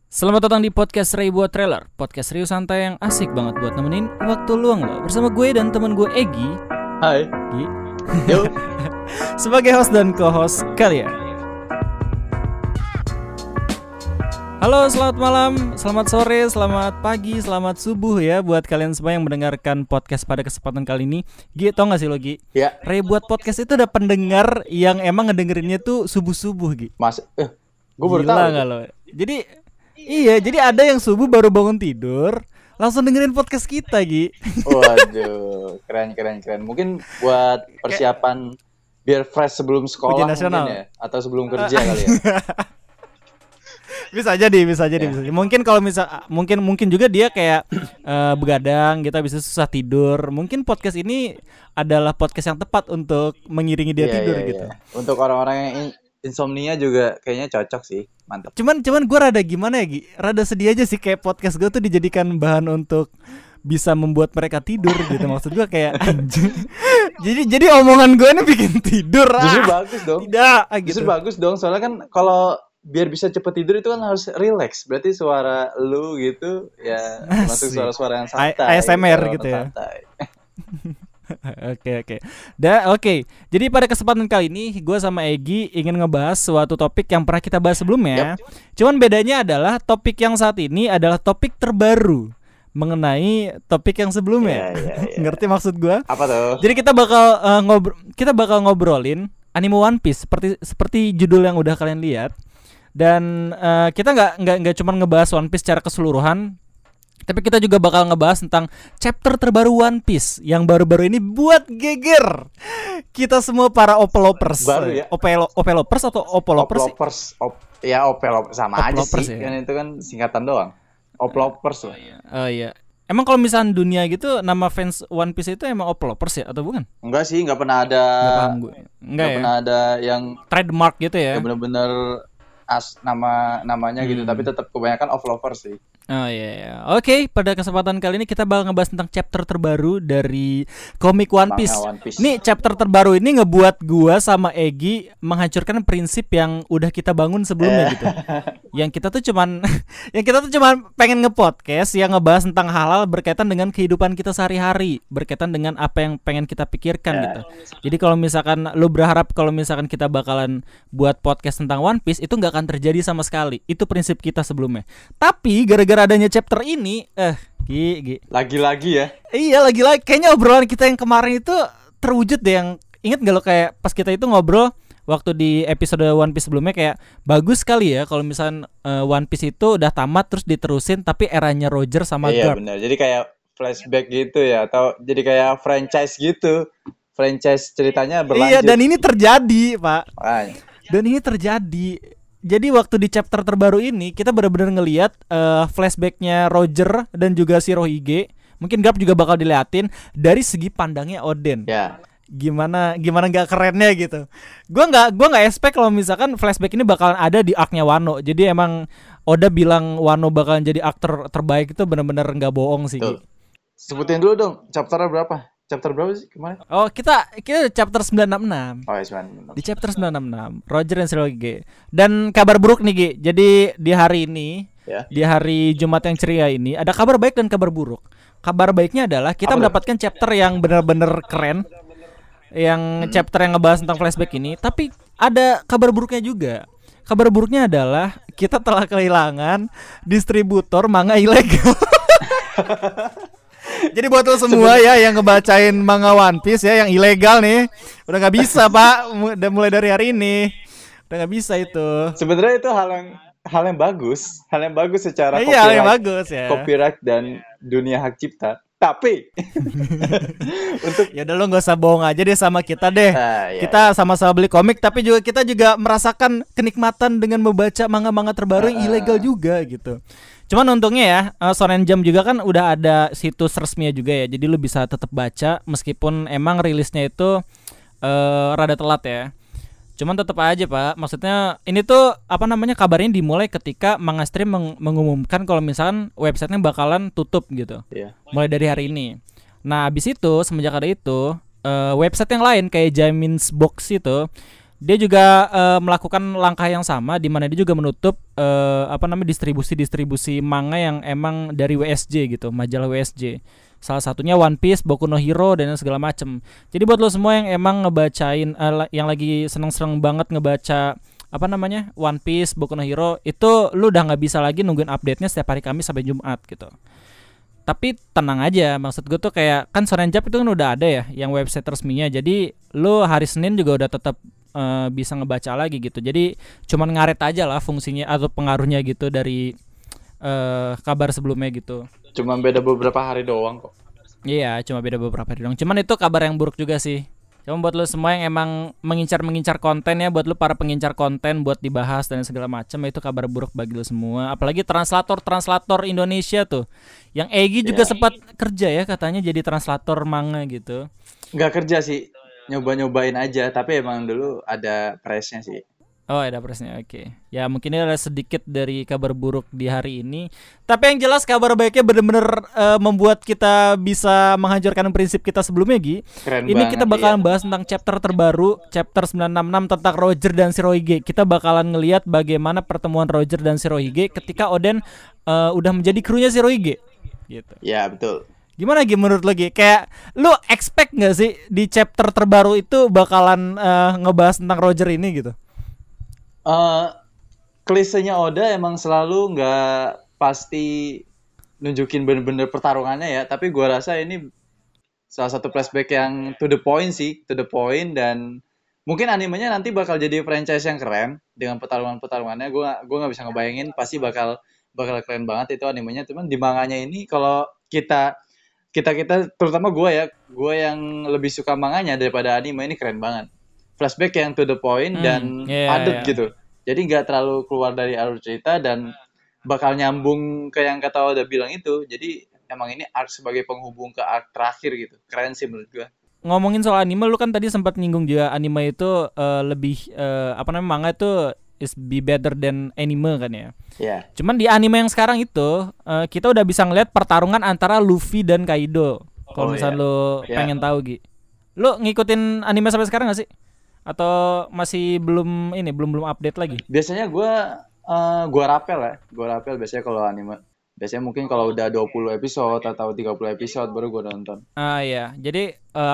Selamat datang di podcast Ray buat trailer. Podcast serius santai yang asik banget buat nemenin waktu luang lo. Bersama gue dan teman gue Egi. Hai. Gi. Yo. Sebagai host dan co-host kalian. Halo, selamat malam, selamat sore, selamat pagi, selamat subuh ya buat kalian semua yang mendengarkan podcast pada kesempatan kali ini. Gi, tau gak sih lo Gi? Ya. Ray buat podcast itu ada pendengar yang emang ngedengerinnya tuh subuh-subuh Gi. Mas, gue baru Gila tahu. gak lo? Jadi ada yang subuh baru bangun tidur langsung dengerin podcast kita, Gi. Waduh, keren. Mungkin buat persiapan biar fresh sebelum sekolah Ujian nasional. mungkin ya, atau sebelum kerja kali ya. Bisa jadi. Mungkin kalau mungkin juga dia kayak begadang gitu, bisa susah tidur. Mungkin podcast ini adalah podcast yang tepat untuk mengiringi dia tidur gitu. Untuk orang-orang yang insomnia juga kayaknya cocok sih, mantap. Cuman gue rada gimana ya, Gi? Rada sedih aja sih kayak podcast gue tuh dijadikan bahan untuk bisa membuat mereka tidur gitu. Maksud gue kayak anjing. Jadi omongan gue ini bikin tidur. Justru bagus dong. Tidak, gitu. Justru bagus dong, soalnya kan kalau biar bisa cepet tidur itu kan harus relax. Berarti suara lu gitu ya masuk suara-suara yang santai. ASMR gitu ya. Santai. Oke. Oke. Jadi pada kesempatan kali ini gue sama Egi ingin ngebahas suatu topik yang pernah kita bahas sebelumnya. Cuman bedanya adalah topik yang saat ini adalah topik terbaru mengenai topik yang sebelumnya. Ya. Ngerti maksud gue? Apa tuh? Jadi kita bakal ngobrolin anime One Piece seperti judul yang udah kalian lihat. Dan kita nggak cuma ngebahas One Piece secara keseluruhan, tapi kita juga bakal ngebahas tentang chapter terbaru One Piece yang baru-baru ini buat geger kita semua para opelopers. Baru ya? Opelopers atau opolopers? Opelopers sama aja Oplopers sih. ya? Kan itu kan singkatan doang. Opelopers ya. Oh iya. Emang kalau misalnya dunia gitu nama fans One Piece itu emang opelopers ya atau bukan? Enggak sih, enggak pernah ada. Nggak paham gue. Enggak ya? Pernah ada yang Trademark gitu ya? benar-benar namanya gitu, tapi tetap kebanyakan opelopers sih. Oh iya. Oke, pada kesempatan kali ini kita bakal ngebahas tentang chapter terbaru dari komik One Piece. One Piece. Nih chapter terbaru ini ngebuat gua sama Egi menghancurkan prinsip yang udah kita bangun sebelumnya gitu. Yang kita tuh cuman pengen nge-podcast yang ngebahas tentang hal-hal berkaitan dengan kehidupan kita sehari-hari, berkaitan dengan apa yang pengen kita pikirkan gitu. Jadi kalau misalkan lu berharap kalau misalkan kita bakalan buat podcast tentang One Piece, itu nggak akan terjadi sama sekali. Itu prinsip kita sebelumnya. Tapi gara-gara adanya chapter ini, Gi. Lagi-lagi ya. Iya, lagi-lagi kayaknya obrolan kita yang kemarin itu terwujud deh. Yang inget gak lo kayak pas kita itu ngobrol waktu di episode One Piece sebelumnya, kayak bagus sekali ya kalau misalnya One Piece itu udah tamat terus diterusin tapi eranya Roger sama Iya Garp. benar. Jadi kayak flashback gitu ya, atau jadi kayak franchise gitu. Franchise ceritanya berlanjut. Iya, dan ini terjadi, Pak. Makanya. Dan ini terjadi. Jadi waktu di chapter terbaru ini kita benar-benar ngelihat flashbacknya Roger dan juga Shirohige. Mungkin Garp juga bakal diliatin dari segi pandangnya Oden. Ya. Gimana nggak kerennya gitu. Gua nggak expect kalau misalkan flashback ini bakalan ada di arc-nya Wano. Jadi emang Oda bilang Wano bakalan jadi aktor terbaik itu benar-benar nggak bohong sih. Tuh. Sebutin dulu dong, chapternya berapa? Chapter berapa sih kemarin? Oh, kita chapter 966. Oh ya, 966. Di chapter 966 Roger dan Shirohige. Dan kabar buruk nih, Gi. Jadi di hari ini, di hari Jumat yang ceria ini, ada kabar baik dan kabar buruk. Kabar baiknya adalah kita mendapatkan chapter yang benar-benar keren, yang chapter yang ngebahas tentang flashback ini. Tapi ada kabar buruknya juga. Kabar buruknya adalah kita telah kehilangan distributor manga ilegal. Jadi buat lo semua ya yang ngebacain manga One Piece ya yang ilegal nih, udah nggak bisa Pak, udah mulai dari hari ini udah nggak bisa itu. Sebenarnya itu hal yang bagus secara Iya, yang bagus ya. Copyright dan dunia hak cipta. Tapi untuk ya udah lo nggak usah bohong aja deh sama kita deh. Iya. Kita sama-sama beli komik, tapi kita juga merasakan kenikmatan dengan membaca manga-manga terbaru yang ilegal juga gitu. Cuman untungnya ya, Shonen Jump juga kan udah ada situs resminya juga ya. Jadi lu bisa tetap baca meskipun emang rilisnya itu rada telat ya. Cuman tetap aja Pak, maksudnya ini tuh kabarnya dimulai ketika Manga Stream mengumumkan kalau misalkan websitenya bakalan tutup gitu. Mulai dari hari ini. Nah abis itu semenjak ada itu website yang lain kayak Jamin's Box itu Dia juga melakukan langkah yang sama, di mana dia juga menutup distribusi manga yang emang dari WSJ gitu, majalah WSJ. Salah satunya One Piece, Boku no Hero dan segala macem. Jadi buat lo semua yang emang ngebacain, yang lagi seneng-seneng banget ngebaca One Piece, Boku no Hero, itu lu udah nggak bisa lagi nungguin update-nya setiap hari Kamis sampai Jumat gitu. Tapi tenang aja, maksud gue tuh kayak kan Shonen Jump itu kan udah ada ya yang website resminya. Jadi lu hari Senin juga udah tetap bisa ngebaca lagi gitu. Jadi cuman ngaret aja lah fungsinya atau pengaruhnya gitu dari kabar sebelumnya gitu. Cuma beda beberapa hari doang kok. Iya, cuma beda beberapa hari doang. Cuman itu kabar yang buruk juga sih. Cuma buat lo semua yang emang mengincar konten ya, buat lo para pengincar konten buat dibahas dan segala macam, itu kabar buruk bagi lo semua. Apalagi translator Indonesia tuh. Yang Egi juga sempat kerja ya katanya jadi translator manga gitu. Nggak kerja sih, nyobain aja. Tapi emang dulu ada pressnya sih. Oh, ada presnya, oke. Ya mungkin ini adalah sedikit dari kabar buruk di hari ini. Tapi yang jelas kabar baiknya benar-benar membuat kita bisa menghancurkan prinsip kita sebelumnya, Gi. Keren ini banget, kita bakalan bahas tentang chapter terbaru, chapter 966 tentang Roger dan Shirohige. Kita bakalan ngelihat bagaimana pertemuan Roger dan Shirohige ketika Oden udah menjadi krunya Shirohige. Gitu. Ya, betul. Gimana Gi menurut lo Gi? Kayak lu expect gak sih di chapter terbaru itu bakalan ngebahas tentang Roger ini gitu? Klisenya Oda emang selalu nggak pasti nunjukin bener-bener pertarungannya ya, tapi gua rasa ini salah satu flashback yang to the point sih, to the point, dan mungkin animenya nanti bakal jadi franchise yang keren dengan pertarungannya. Gua nggak bisa ngebayangin, pasti bakal keren banget itu animenya. Cuman di manganya ini kalau kita terutama gue yang lebih suka manganya daripada anime, ini keren banget. Flashback yang to the point dan padat gitu. Jadi nggak terlalu keluar dari alur cerita dan bakal nyambung ke yang kata Oda bilang itu. Jadi emang ini arc sebagai penghubung ke arc terakhir gitu. Keren sih menurut gue. Ngomongin soal anime, lu kan tadi sempat nyinggung juga anime itu lebih manga itu is be better than anime kan ya. Yeah. Cuman di anime yang sekarang itu kita udah bisa ngeliat pertarungan antara Luffy dan Kaido. Kalau misalnya lu pengen tahu Gi. Lu ngikutin anime sampai sekarang gak sih? Atau masih belum update lagi? Biasanya gue rapel biasanya kalau anime. Biasanya mungkin kalau udah 20 episode atau 30 episode baru gue nonton. Iya. Jadi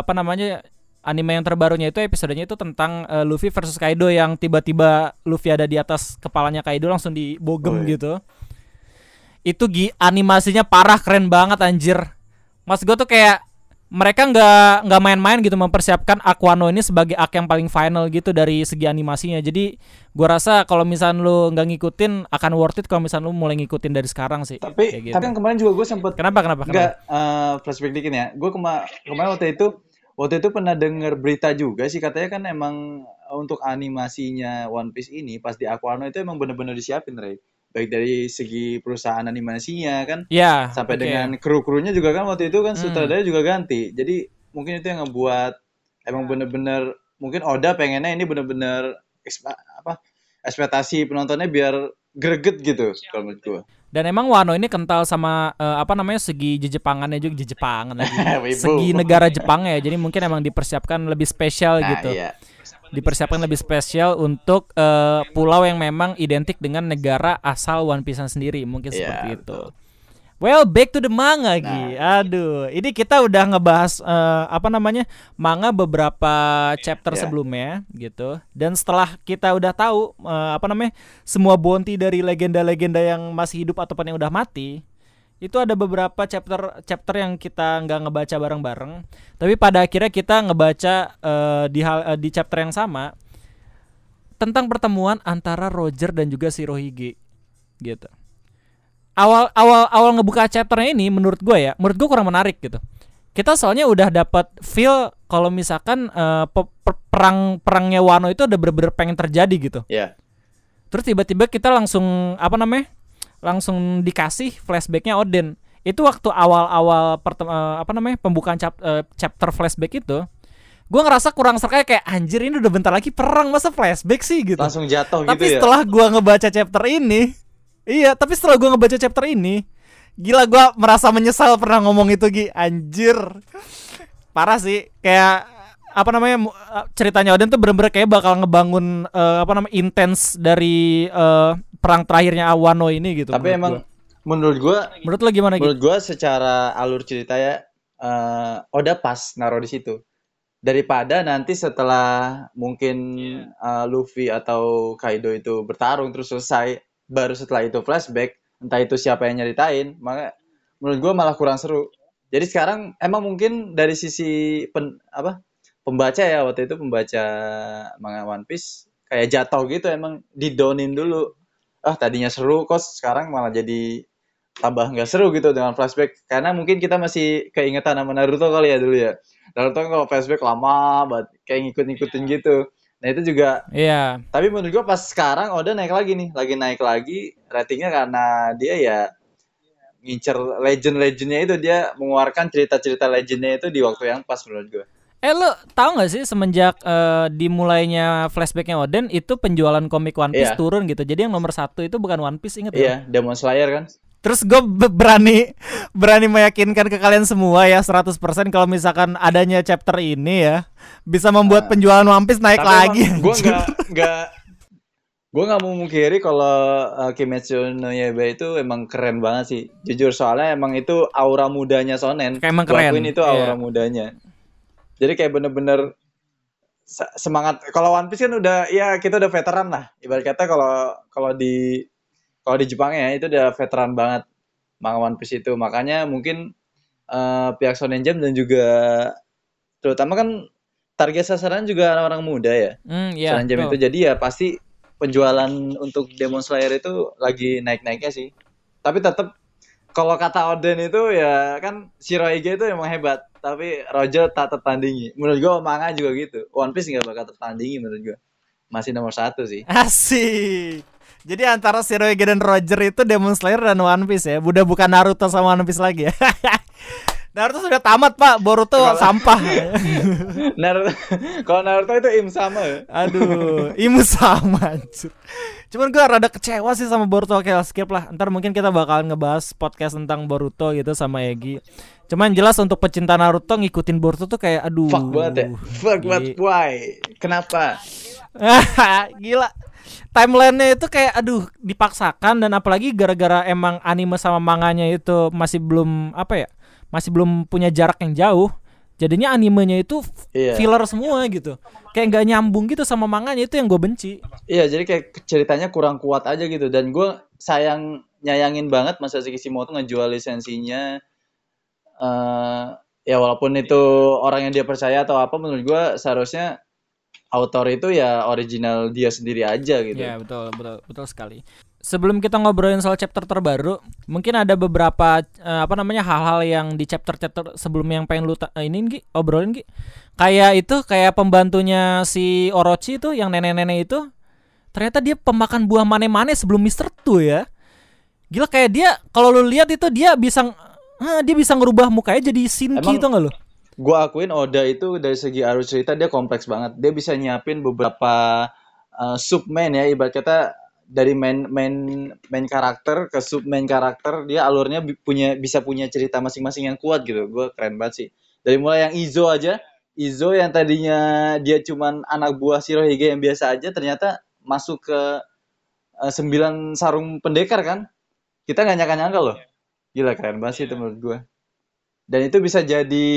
anime yang terbarunya itu episodenya itu tentang Luffy versus Kaido, yang tiba-tiba Luffy ada di atas kepalanya Kaido langsung dibogem gitu. Itu animasinya parah, keren banget anjir. Mas gue tuh kayak mereka nggak main-main gitu mempersiapkan Aquano ini sebagai arc yang paling final gitu dari segi animasinya. Jadi gue rasa kalau misalnya lu nggak ngikutin akan worth it kalau misalnya lu mulai ngikutin dari sekarang sih. Tapi gitu. Tapi yang kemarin juga gue sempet Kenapa? Flashback dikit ya. Gue kemarin waktu itu pernah denger berita juga sih, katanya kan emang untuk animasinya One Piece ini pas di Aquano itu emang bener-bener disiapin, Ray. Baik dari segi perusahaan animasinya kan, sampai dengan kru-krunya juga kan waktu itu kan sutradara juga ganti. Jadi mungkin itu yang ngebuat emang bener-bener mungkin Oda pengennya ini bener-bener ekspektasi penontonnya biar greget gitu kalau menurut gue. Dan emang Wano ini kental sama segi Jepangannya juga, segi negara Jepang ya. Jadi mungkin emang dipersiapkan lebih spesial gitu. Iya. Dipersiapkan lebih spesial untuk pulau yang memang identik dengan negara asal One Piece sendiri, mungkin seperti itu. Well, back to the manga Gi. Aduh, ini kita udah ngebahas manga beberapa chapter sebelumnya gitu. Dan setelah kita udah tahu semua bounty dari legenda-legenda yang masih hidup ataupun yang udah mati, itu ada beberapa chapter yang kita nggak ngebaca bareng-bareng. Tapi pada akhirnya kita ngebaca di chapter yang sama tentang pertemuan antara Roger dan juga Shirohige gitu. Awal ngebuka chapternya ini menurut gue kurang menarik gitu. Kita soalnya udah dapat feel kalau misalkan perangnya Wano itu udah bener-bener pengen terjadi gitu. Yeah. Terus tiba-tiba kita langsung langsung dikasih flashbacknya Oden. Itu waktu awal-awal pembukaan chapter flashback itu, gue ngerasa kurang serka, kayak anjir ini udah bentar lagi perang, masa flashback sih gitu. Langsung jatuh gitu ya. Tapi setelah gue ngebaca chapter ini, gila, gue merasa menyesal pernah ngomong itu Gi. Anjir, parah sih. Kayak apa namanya ceritanya Oden tuh bener-bener kayak bakal ngebangun apa namanya intens dari perang terakhirnya Wano ini gitu. Tapi emang menurut gue lo gimana menurut gue secara alur cerita ya Oda pas naruh di situ daripada nanti setelah mungkin Luffy atau Kaido itu bertarung terus selesai baru setelah itu flashback entah itu siapa yang nyeritain, maka menurut gue malah kurang seru. Jadi sekarang emang mungkin dari sisi pembaca ya, waktu itu pembaca manga One Piece kayak jatuh gitu, emang didownin dulu. Tadinya seru kok sekarang malah jadi tambah nggak seru gitu dengan flashback, karena mungkin kita masih keingetan sama Naruto kali ya dulu ya. Naruto kan kalau flashback lama banget kayak ngikut-ngikutin gitu. Nah itu juga. Iya. Tapi menurut gua pas sekarang Oda naik lagi nih, lagi naik lagi ratingnya karena dia ya ngincer legend-legendnya itu, dia mengeluarkan cerita-cerita legendnya itu di waktu yang pas menurut gua. Lo tahu nggak sih semenjak dimulainya flashbacknya Oden itu penjualan komik One Piece turun gitu. Jadi yang nomor 1 itu bukan One Piece, inget ya? Iya, Demon Slayer kan. Terus gue berani meyakinkan ke kalian semua ya 100% kalau misalkan adanya chapter ini ya bisa membuat penjualan One Piece naik lagi. Gue nggak mau mungkiri kalau Kimetsu no Yaiba itu emang keren banget sih. Jujur, soalnya emang itu aura mudanya shonen. Kayak emang keren. Itu aura mudanya. Jadi kayak bener-bener semangat. Kalau One Piece kan udah, ya kita udah veteran lah. Ibarat kata kalau di Jepang ya itu udah veteran banget manga One Piece itu. Makanya mungkin pihak Shonen Jump dan juga terutama kan target sasaran juga orang-orang muda ya. Shonen Jump itu, jadi ya pasti penjualan untuk Demon Slayer itu lagi naik-naiknya sih. Tapi tetap kalau kata Oden itu ya kan Shirohige itu emang hebat, tapi Roger tak tertandingi. Menurut gue manga juga gitu. One Piece nggak bakal tertandingi menurut gue. Masih nomor 1 sih. Asik. Jadi antara Shirohige dan Roger itu Demon Slayer dan One Piece ya. Udah bukan Naruto sama One Piece lagi ya. Naruto sudah tamat Pak, Boruto sampah. Kalau Naruto itu im sama ya. Aduh, im sama anjir. Cuman gue rada kecewa sih sama Boruto. Oke, skip lah. Ntar mungkin kita bakalan ngebahas podcast tentang Boruto gitu sama Egi. Cuman jelas untuk pecinta Naruto ngikutin Boruto tuh kayak aduh. Fuck banget ya. Fuck banget, why? Kenapa? Gila. Timeline-nya itu kayak aduh dipaksakan, dan apalagi gara-gara emang anime sama manganya itu masih belum masih belum punya jarak yang jauh. Jadinya animenya itu filler semua gitu. Kayak gak nyambung gitu sama manganya, itu yang gue benci. Iya, jadi kayak ceritanya kurang kuat aja gitu. Dan gue nyayangin banget Masashi Kishimoto ngejual lisensinya. Ya walaupun itu orang yang dia percaya atau apa, menurut gue seharusnya autor itu ya original dia sendiri aja gitu. Ya betul sekali. Sebelum kita ngobrolin soal chapter terbaru, mungkin ada beberapa hal-hal yang di chapter sebelumnya yang pengen lu obrolin Gi. Kayak pembantunya si Orochi itu yang nenek-nenek itu, ternyata dia pemakan buah mane-mane sebelum Mr. Two ya. Gila, kayak dia kalau lu lihat itu dia bisa ngerubah mukanya jadi Shinki, itu enggak lu? Gue akuin Oda itu dari segi alur cerita dia kompleks banget. Dia bisa nyiapin beberapa submain ya, ibarat kata dari main karakter ke sub main karakter, dia alurnya bisa punya cerita masing-masing yang kuat gitu. Gue keren banget sih. Dari mulai yang Izo aja, Izo yang tadinya dia cuman anak buah Shirohige yang biasa aja, ternyata masuk ke 9 sarung pendekar kan. Kita nggak nyangka-nyangka loh. Gila, keren banget sih itu menurut gue. Dan itu bisa jadi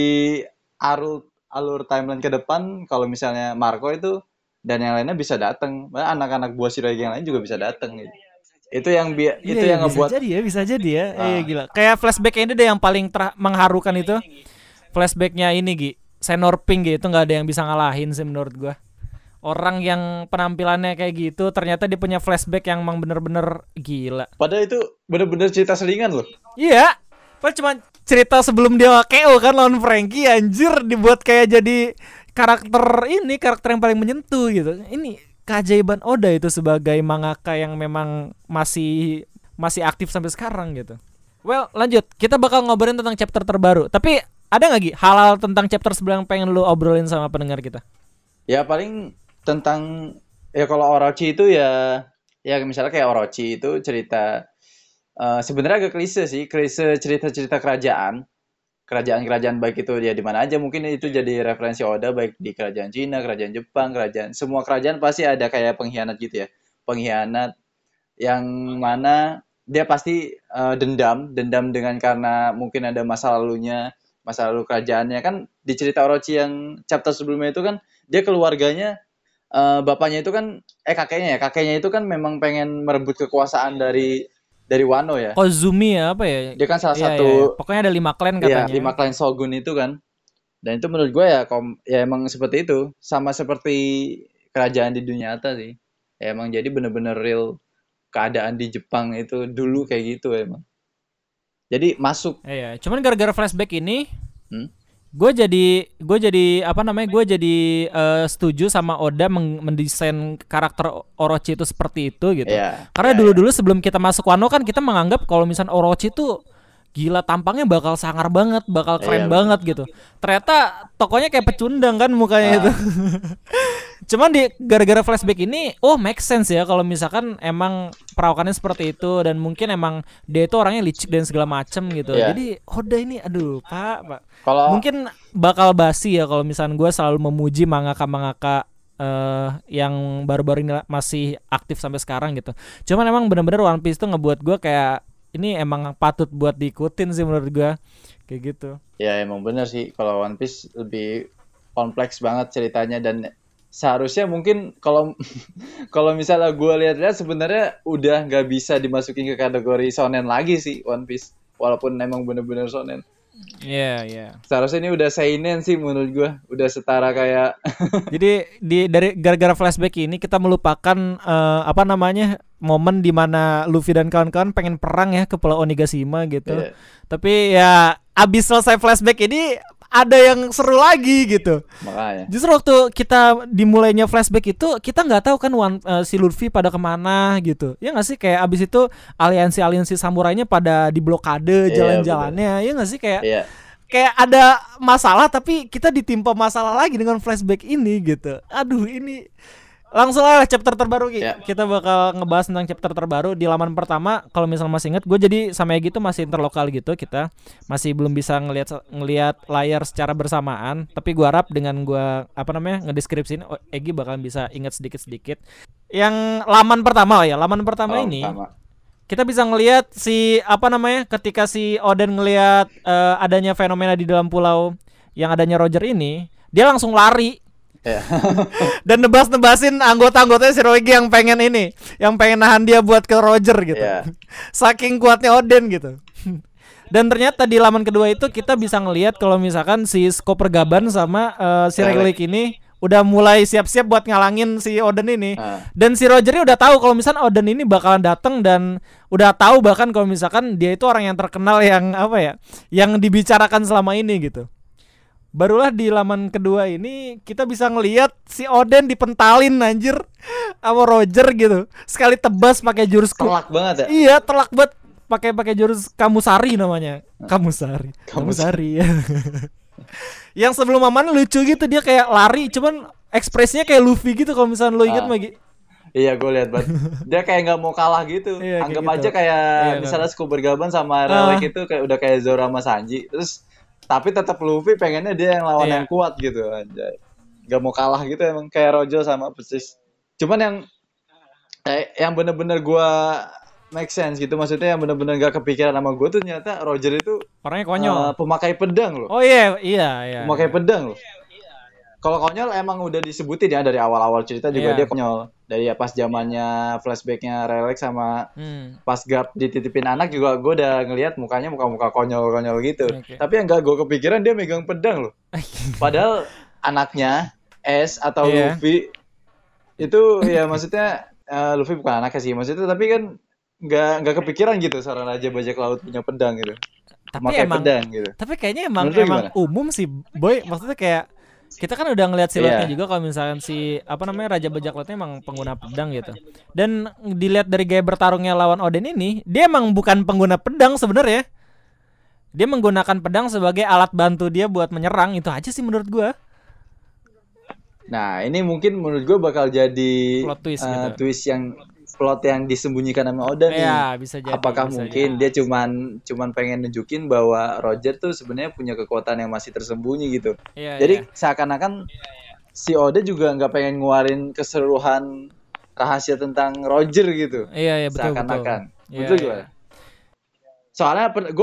alur timeline ke depan kalau misalnya Marco itu dan yang lainnya bisa datang. Anak-anak buah Shirohige yang lain juga bisa datang gitu. Itu yang ngebuat bisa jadi ya. Gila. Kayak flashback ini deh yang paling mengharukan itu. Flashbacknya ini Gi, Senor Pink gitu, nggak ada yang bisa ngalahin sih menurut gua. Orang yang penampilannya kayak gitu ternyata dia punya flashback yang emang bener-bener gila. Padahal itu bener-bener cerita selingan loh. Iya. Padahal cuma cerita sebelum dia KO kan lawan Frankie, anjir dibuat kayak jadi karakter yang paling menyentuh gitu. Ini keajaiban Oda itu sebagai mangaka yang memang masih aktif sampai sekarang gitu. Well, lanjut. Kita bakal ngobrolin tentang chapter terbaru. Tapi ada nggak Gi hal-hal tentang chapter sebelum yang pengen lu obrolin sama pendengar kita? Ya paling tentang ya kalau Orochi itu ya misalnya kayak Orochi itu cerita sebenarnya agak klise sih, klise cerita-cerita kerajaan. kerajaan-kerajaan baik itu dia di mana aja, mungkin itu jadi referensi Oda baik di kerajaan Cina, kerajaan Jepang, kerajaan semua kerajaan pasti ada kayak pengkhianat gitu ya. Pengkhianat yang mana dia pasti dendam dengan karena mungkin ada masa lalunya, masa lalu kerajaannya kan di cerita Orochi yang chapter sebelumnya itu kan dia keluarganya bapaknya itu kan kakeknya itu kan memang pengen merebut kekuasaan dari Wano ya. Kozumi ya apa ya? Dia kan salah Iya, satu iya. Pokoknya ada 5 klan ya katanya. 5 klan shogun itu kan. Dan itu menurut gue ya emang seperti itu, sama seperti kerajaan di dunia nyata sih. Ya, emang jadi bener-bener real keadaan di Jepang itu dulu kayak gitu emang. Jadi masuk. Iya, cuman gara-gara flashback ini Hmm? gue jadi apa namanya, gue jadi setuju sama Oda mendesain karakter Orochi itu seperti itu gitu. Iya, Karena iya, dulu-dulu sebelum kita masuk Wano kan kita menganggap kalau misalnya Orochi itu gila, tampangnya bakal sangar banget, bakal keren Iya, banget gitu. Ternyata tokonya kayak pecundang kan mukanya itu. Cuman di gara-gara flashback ini, make sense ya kalau misalkan emang perawakannya seperti itu dan mungkin emang dia itu orangnya licik dan segala macem gitu. Iya. Jadi Oda ini, aduh Pak. Kalau Mungkin bakal basi ya kalau misalkan gue selalu memuji mangaka yang baru-baru ini masih aktif sampai sekarang gitu. Cuman emang bener-bener One Piece tuh ngebuat gue kayak ini emang patut buat diikutin sih menurut gue, kayak gitu. ya emang bener sih kalau One Piece lebih kompleks banget ceritanya dan seharusnya mungkin kalau kalau misalnya gue lihat-lihat sebenarnya udah nggak bisa dimasukin ke kategori shonen lagi sih One Piece walaupun emang bener-bener shonen. Iya. Seharusnya ini udah seinen sih menurut gue, udah setara kayak Jadi dari gara-gara flashback ini kita melupakan apa namanya, momen dimana Luffy dan kawan-kawan pengen perang ya ke Pulau Onigashima gitu. Iya. Tapi ya abis selesai flashback ini ada yang seru lagi gitu. makanya. Justru waktu kita dimulainya flashback itu kita nggak tahu kan si Luffy pada kemana gitu. Ya nggak sih, kayak abis itu aliansi samurainya pada diblokade Iya, jalan-jalannya. Ya nggak sih, kayak Iya. kayak ada masalah tapi kita ditimpa masalah lagi dengan flashback ini gitu. Aduh, ini langsung aja chapter terbaru Ki. Ya. Kita bakal ngebahas tentang chapter terbaru di laman pertama. Kalau misalnya masih inget, gue jadi sama Egi tuh masih interlokal gitu. Kita masih belum bisa ngelihat layar secara bersamaan. Tapi gue harap dengan gue ngedeskripsiin, Egi bakal bisa inget sedikit-sedikit. Yang laman pertama laman pertama ini kita bisa ngelihat ketika si Oden ngelihat adanya fenomena di dalam pulau yang adanya Roger ini, dia langsung lari. Iya. Dan nebasin anggota-anggotanya si Roigi yang pengen nahan dia buat ke Roger gitu. Iya. Saking kuatnya Oden gitu. Dan ternyata di laman kedua itu kita bisa ngelihat kalau misalkan si Skopper Gaban sama si Reglik ini udah mulai siap-siap buat ngalangin si Oden ini. Dan si Roger ini udah tahu kalau misalkan Oden ini bakalan datang dan udah tahu bahkan kalau misalkan dia itu orang yang terkenal yang yang dibicarakan selama ini gitu. Barulah di laman kedua ini kita bisa ngelihat si Oden dipentalin anjir sama Roger gitu. Sekali tebas pakai jurus Telak banget ya. Iya, telak banget pakai jurus Kamusari namanya. Kamusari. Yang sebelum aman lucu gitu, dia kayak lari cuman ekspresinya kayak Luffy gitu kalau misalnya lo ingat Magi. Iya, gue lihat banget. Dia kayak nggak mau kalah gitu. Iya, Anggap kayak aja gitu. kayak Iya, misalnya Skopper Gaban sama Relic itu kayak udah kayak Zoro sama Sanji. Terus tapi tetap Luffy pengennya dia yang lawan Iya. yang kuat gitu anjay. Gak mau kalah gitu emang kayak Rojo sama persis. Cuman yang bener-bener gue make sense gitu, maksudnya yang bener-bener gak kepikiran sama gue tuh ternyata Roger itu Orangnya konyol. pemakai pedang loh. Oh iya. Pemakai pedang loh. Kalau konyol emang udah disebutin ya dari awal-awal cerita juga Iya. dia konyol. Dari pas zamannya flashbacknya Relax sama pas Garp dititipin anak juga gue udah ngelihat mukanya muka-muka konyol-konyol gitu. Oke. Tapi yang gak gue kepikiran dia megang pedang loh. Padahal anaknya S atau Iya. Luffy itu ya maksudnya Luffy bukan anaknya sih maksudnya, tapi kan nggak kepikiran gitu seorang raja bajak laut punya pedang gitu. Tapi Pakai emang pedang gitu. Tapi kayaknya emang Menurut lu gimana? umum sih, Boy. Maksudnya kayak kita kan udah ngeliat siluetnya Iya. juga kalau misalkan si raja bajak lautnya emang pengguna pedang gitu. Dan dilihat dari gaya bertarungnya lawan Oden ini, dia emang bukan pengguna pedang sebenarnya. Dia menggunakan pedang sebagai alat bantu dia buat menyerang, itu aja sih menurut gua. Nah, ini mungkin menurut gue bakal jadi Plot twist gitu. twist yang plot yang disembunyikan sama Oda nih. Ya, bisa jadi. Apakah bisa mungkin jadi. dia cuman pengen nunjukin bahwa Roger tuh sebenarnya punya kekuatan yang masih tersembunyi gitu. Iya, Jadi iya. seakan-akan si Oda juga nggak pengen ngeluarin keseluruhan rahasia tentang Roger gitu. Iya, iya, betul, Seakan-akan. Iya, Betul iya. gimana? Soalnya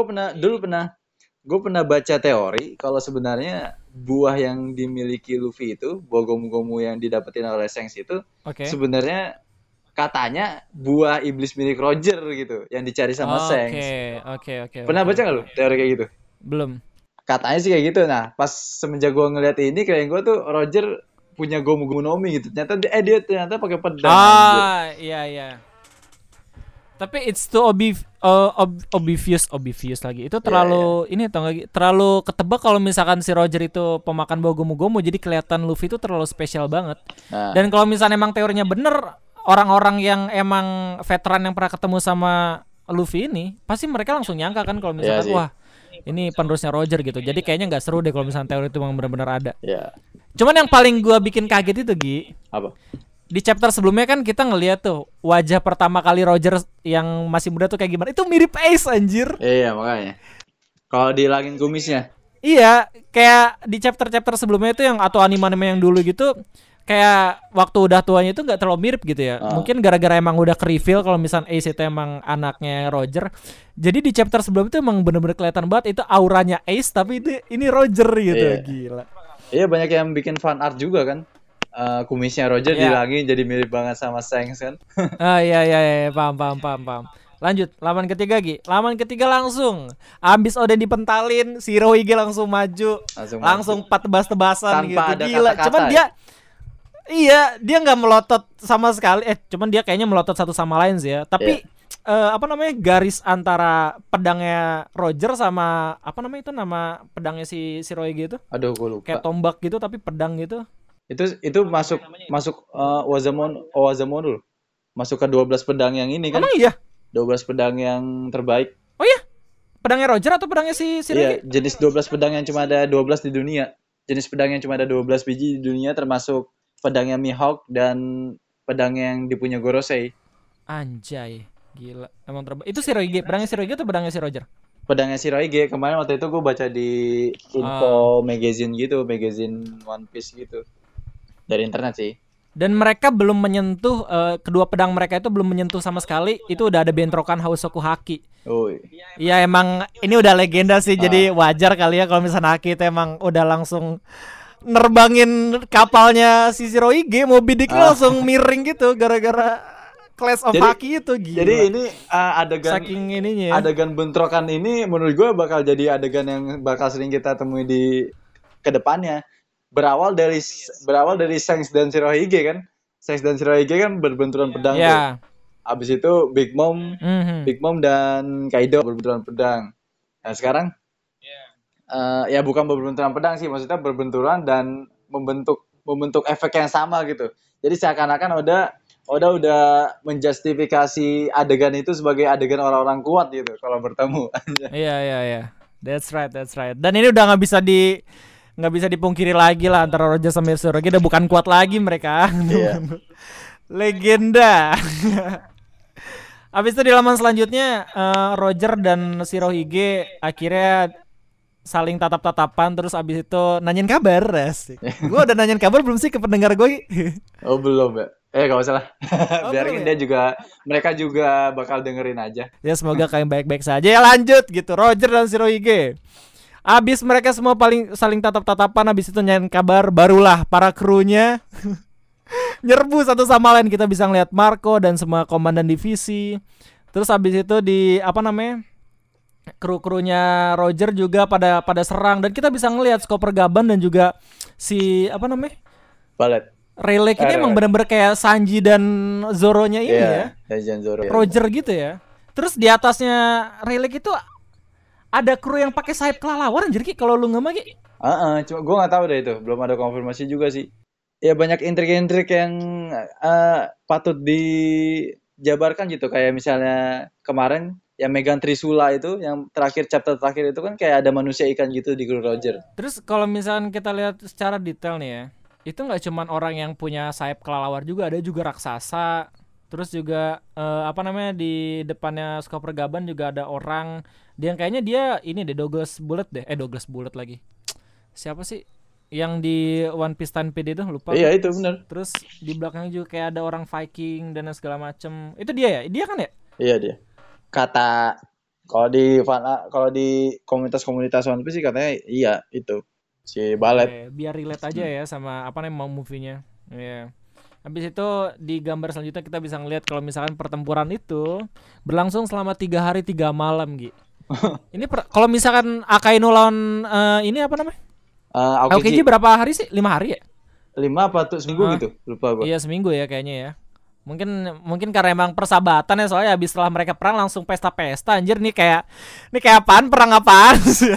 gue pernah baca teori kalau sebenarnya buah yang dimiliki Luffy itu, buah gomu-gomu yang didapetin oleh Shanks itu Oke. sebenarnya katanya buah iblis milik Roger gitu yang dicari sama Shanks. Oke. Pernah baca nggak lu teori kayak gitu? Belum. Katanya sih kayak gitu. Nah, pas semenjak gue ngeliat ini kayak gue tuh Roger punya gomu-gomu Nomi gitu. Ternyata dia ternyata pakai pedang anjir. Iya. Tapi it's too obvious lagi. Itu terlalu ini tau gak, terlalu ketebak kalau misalkan si Roger itu pemakan bau gomu-gomu, jadi kelihatan Luffy itu terlalu spesial banget. Nah, Dan kalau misalnya emang teorinya bener, orang-orang yang emang veteran yang pernah ketemu sama Luffy ini, pasti mereka langsung nyangka kan kalau misalkan sih. wah, ini penerusnya Roger gitu. Jadi kayaknya nggak seru deh kalau misalnya teori itu emang benar-benar ada. Ya. Cuman yang paling gua bikin kaget itu Gi, Apa? di chapter sebelumnya kan kita ngeliat tuh wajah pertama kali Roger yang masih muda tuh kayak gimana. Itu mirip Ace anjir. Iya, makanya. Kalau dihilangin kumisnya. Iya, kayak di chapter-chapter sebelumnya itu yang atau anime-anime yang dulu gitu, kayak waktu udah tuanya itu nggak terlalu mirip gitu ya. Mungkin gara-gara emang udah ke-reveal kalau misalnya Ace itu emang anaknya Roger. Jadi di chapter sebelum itu emang bener-bener kelihatan banget itu auranya Ace tapi ini Roger gitu. Iya. Gila. Iya, banyak yang bikin fan art juga kan. Kumisnya Roger dihilangin jadi mirip banget sama Shanks kan. Iya, paham. Lanjut, laman ketiga Gi. Laman ketiga langsung abis Oden dipentalin, si Hirohige langsung maju, langsung tebas-tebasan gitu. Tanpa ada Gila, kata-kata cuman ya? dia nggak melotot sama sekali. Cuman dia kayaknya melotot satu sama lain sih ya. Tapi garis antara pedangnya Roger sama apa namanya itu nama pedangnya si Hirohige itu? Aduh, gue lupa. Kayak tombak gitu tapi pedang gitu. Itu masuk Owazamonul. Masuk ke 12 pedang yang ini kan. Emang iya? 12 pedang yang terbaik. Oh iya? Pedangnya Roger atau pedangnya si Iya, Hirohige? jenis 12 pedang yang cuma ada 12 di dunia. Jenis pedang yang cuma ada 12 biji di dunia termasuk pedangnya Mihawk dan pedang yang dipunya Gorosei. Anjay, gila. Emang terbaik. Itu si Hirohige, pedangnya si Hirohige atau pedangnya si Roger? Pedangnya Shirohige kemarin waktu itu gue baca di info magazine gitu, magazine One Piece gitu. Dari internet sih. Dan mereka belum menyentuh kedua pedang mereka itu belum menyentuh sama sekali. Itu udah ada bentrokan Hausoku Haki. Oh. Iya emang ini udah legenda sih. Jadi wajar kali ya kalau misalnya Haki itu emang udah langsung nerbangin kapalnya si Shirohige, Moby Dick langsung miring gitu gara-gara Clash of Haki itu gila. Jadi ini adegan saking ininya ya. Adegan bentrokan ini menurut gue bakal jadi adegan yang bakal sering kita temui di kedepannya. Berawal dari Shanks dan Shirohige kan. Shanks dan Shirohige kan berbenturan pedang tuh. Abis itu Big Mom dan Kaido berbenturan pedang. Nah sekarang ya bukan berbenturan pedang sih, maksudnya berbenturan dan membentuk efek yang sama gitu. Jadi seakan-akan Oda udah menjustifikasi adegan itu sebagai adegan orang-orang kuat gitu kalau bertemu. Iya. That's right. Dan ini udah nggak bisa dipungkiri lagi lah antara Roger sama Shirohige udah bukan kuat lagi mereka. Iya. Legenda. Abis itu di laman selanjutnya Roger dan Shirohige akhirnya saling tatap-tatapan terus abis itu nanyain kabar. Gue udah nanyain kabar belum sih ke pendengar gue? Oh belum ya. Gak usah lah. Biarin dia juga, mereka juga bakal dengerin aja. Ya semoga kalian baik-baik saja. Ya lanjut gitu. Roger dan Shirohige. Abis mereka semua saling tatap-tatapan, abis itu nyanyiin kabar, barulah para krunya nyerbu satu sama lain. Kita bisa ngeliat Marco dan semua komandan divisi. Terus abis itu kru-krunya Roger juga pada serang dan kita bisa ngeliat Skopper Gaban dan juga si Balet. Rayleigh ini emang bener-bener kayak Sanji dan Zoro-nya ini ya. Zoro, Roger gitu ya. Terus di atasnya Rayleigh itu ada kru yang pakai sayap kelelawar anjir Ki kalau lu nggak Ki. Cuma gue nggak tahu deh itu, belum ada konfirmasi juga sih. Ya banyak intrik-intrik yang patut dijabarkan gitu, kayak misalnya kemarin yang megang Trisula itu, yang chapter terakhir itu kan kayak ada manusia ikan gitu di kru Roger. Terus kalau misalnya kita lihat secara detail nih ya, itu nggak cuman orang yang punya sayap kelelawar juga, ada juga raksasa. Terus juga apa namanya di depannya Skopper Gaban juga ada orang dia yang kayaknya dia ini deh Douglas Bullet deh. Douglas Bullet lagi. Siapa sih yang di One Piece Stampede itu lupa Iya gue. itu benar. Terus di belakangnya juga kayak ada orang Viking dan segala macem. Itu dia ya? Dia kan ya? Iya dia. Kata kalau di komunitas One Piece sih katanya iya itu si Balet. Biar relate aja ya sama apa namanya mau movie-nya. Iya. Habis itu di gambar selanjutnya kita bisa ngelihat kalau misalkan pertempuran itu berlangsung selama 3 hari 3 malam, Gi. Ini kalau misalkan Akainu lawan ini apa namanya? Aokiji berapa hari sih? 5 hari ya? 5 apa tuh seminggu gitu? Lupa gue. Iya seminggu ya kayaknya ya. Mungkin karena emang persahabatan ya soalnya habis setelah mereka perang langsung pesta-pesta anjir nih kayak apaan perang apaan.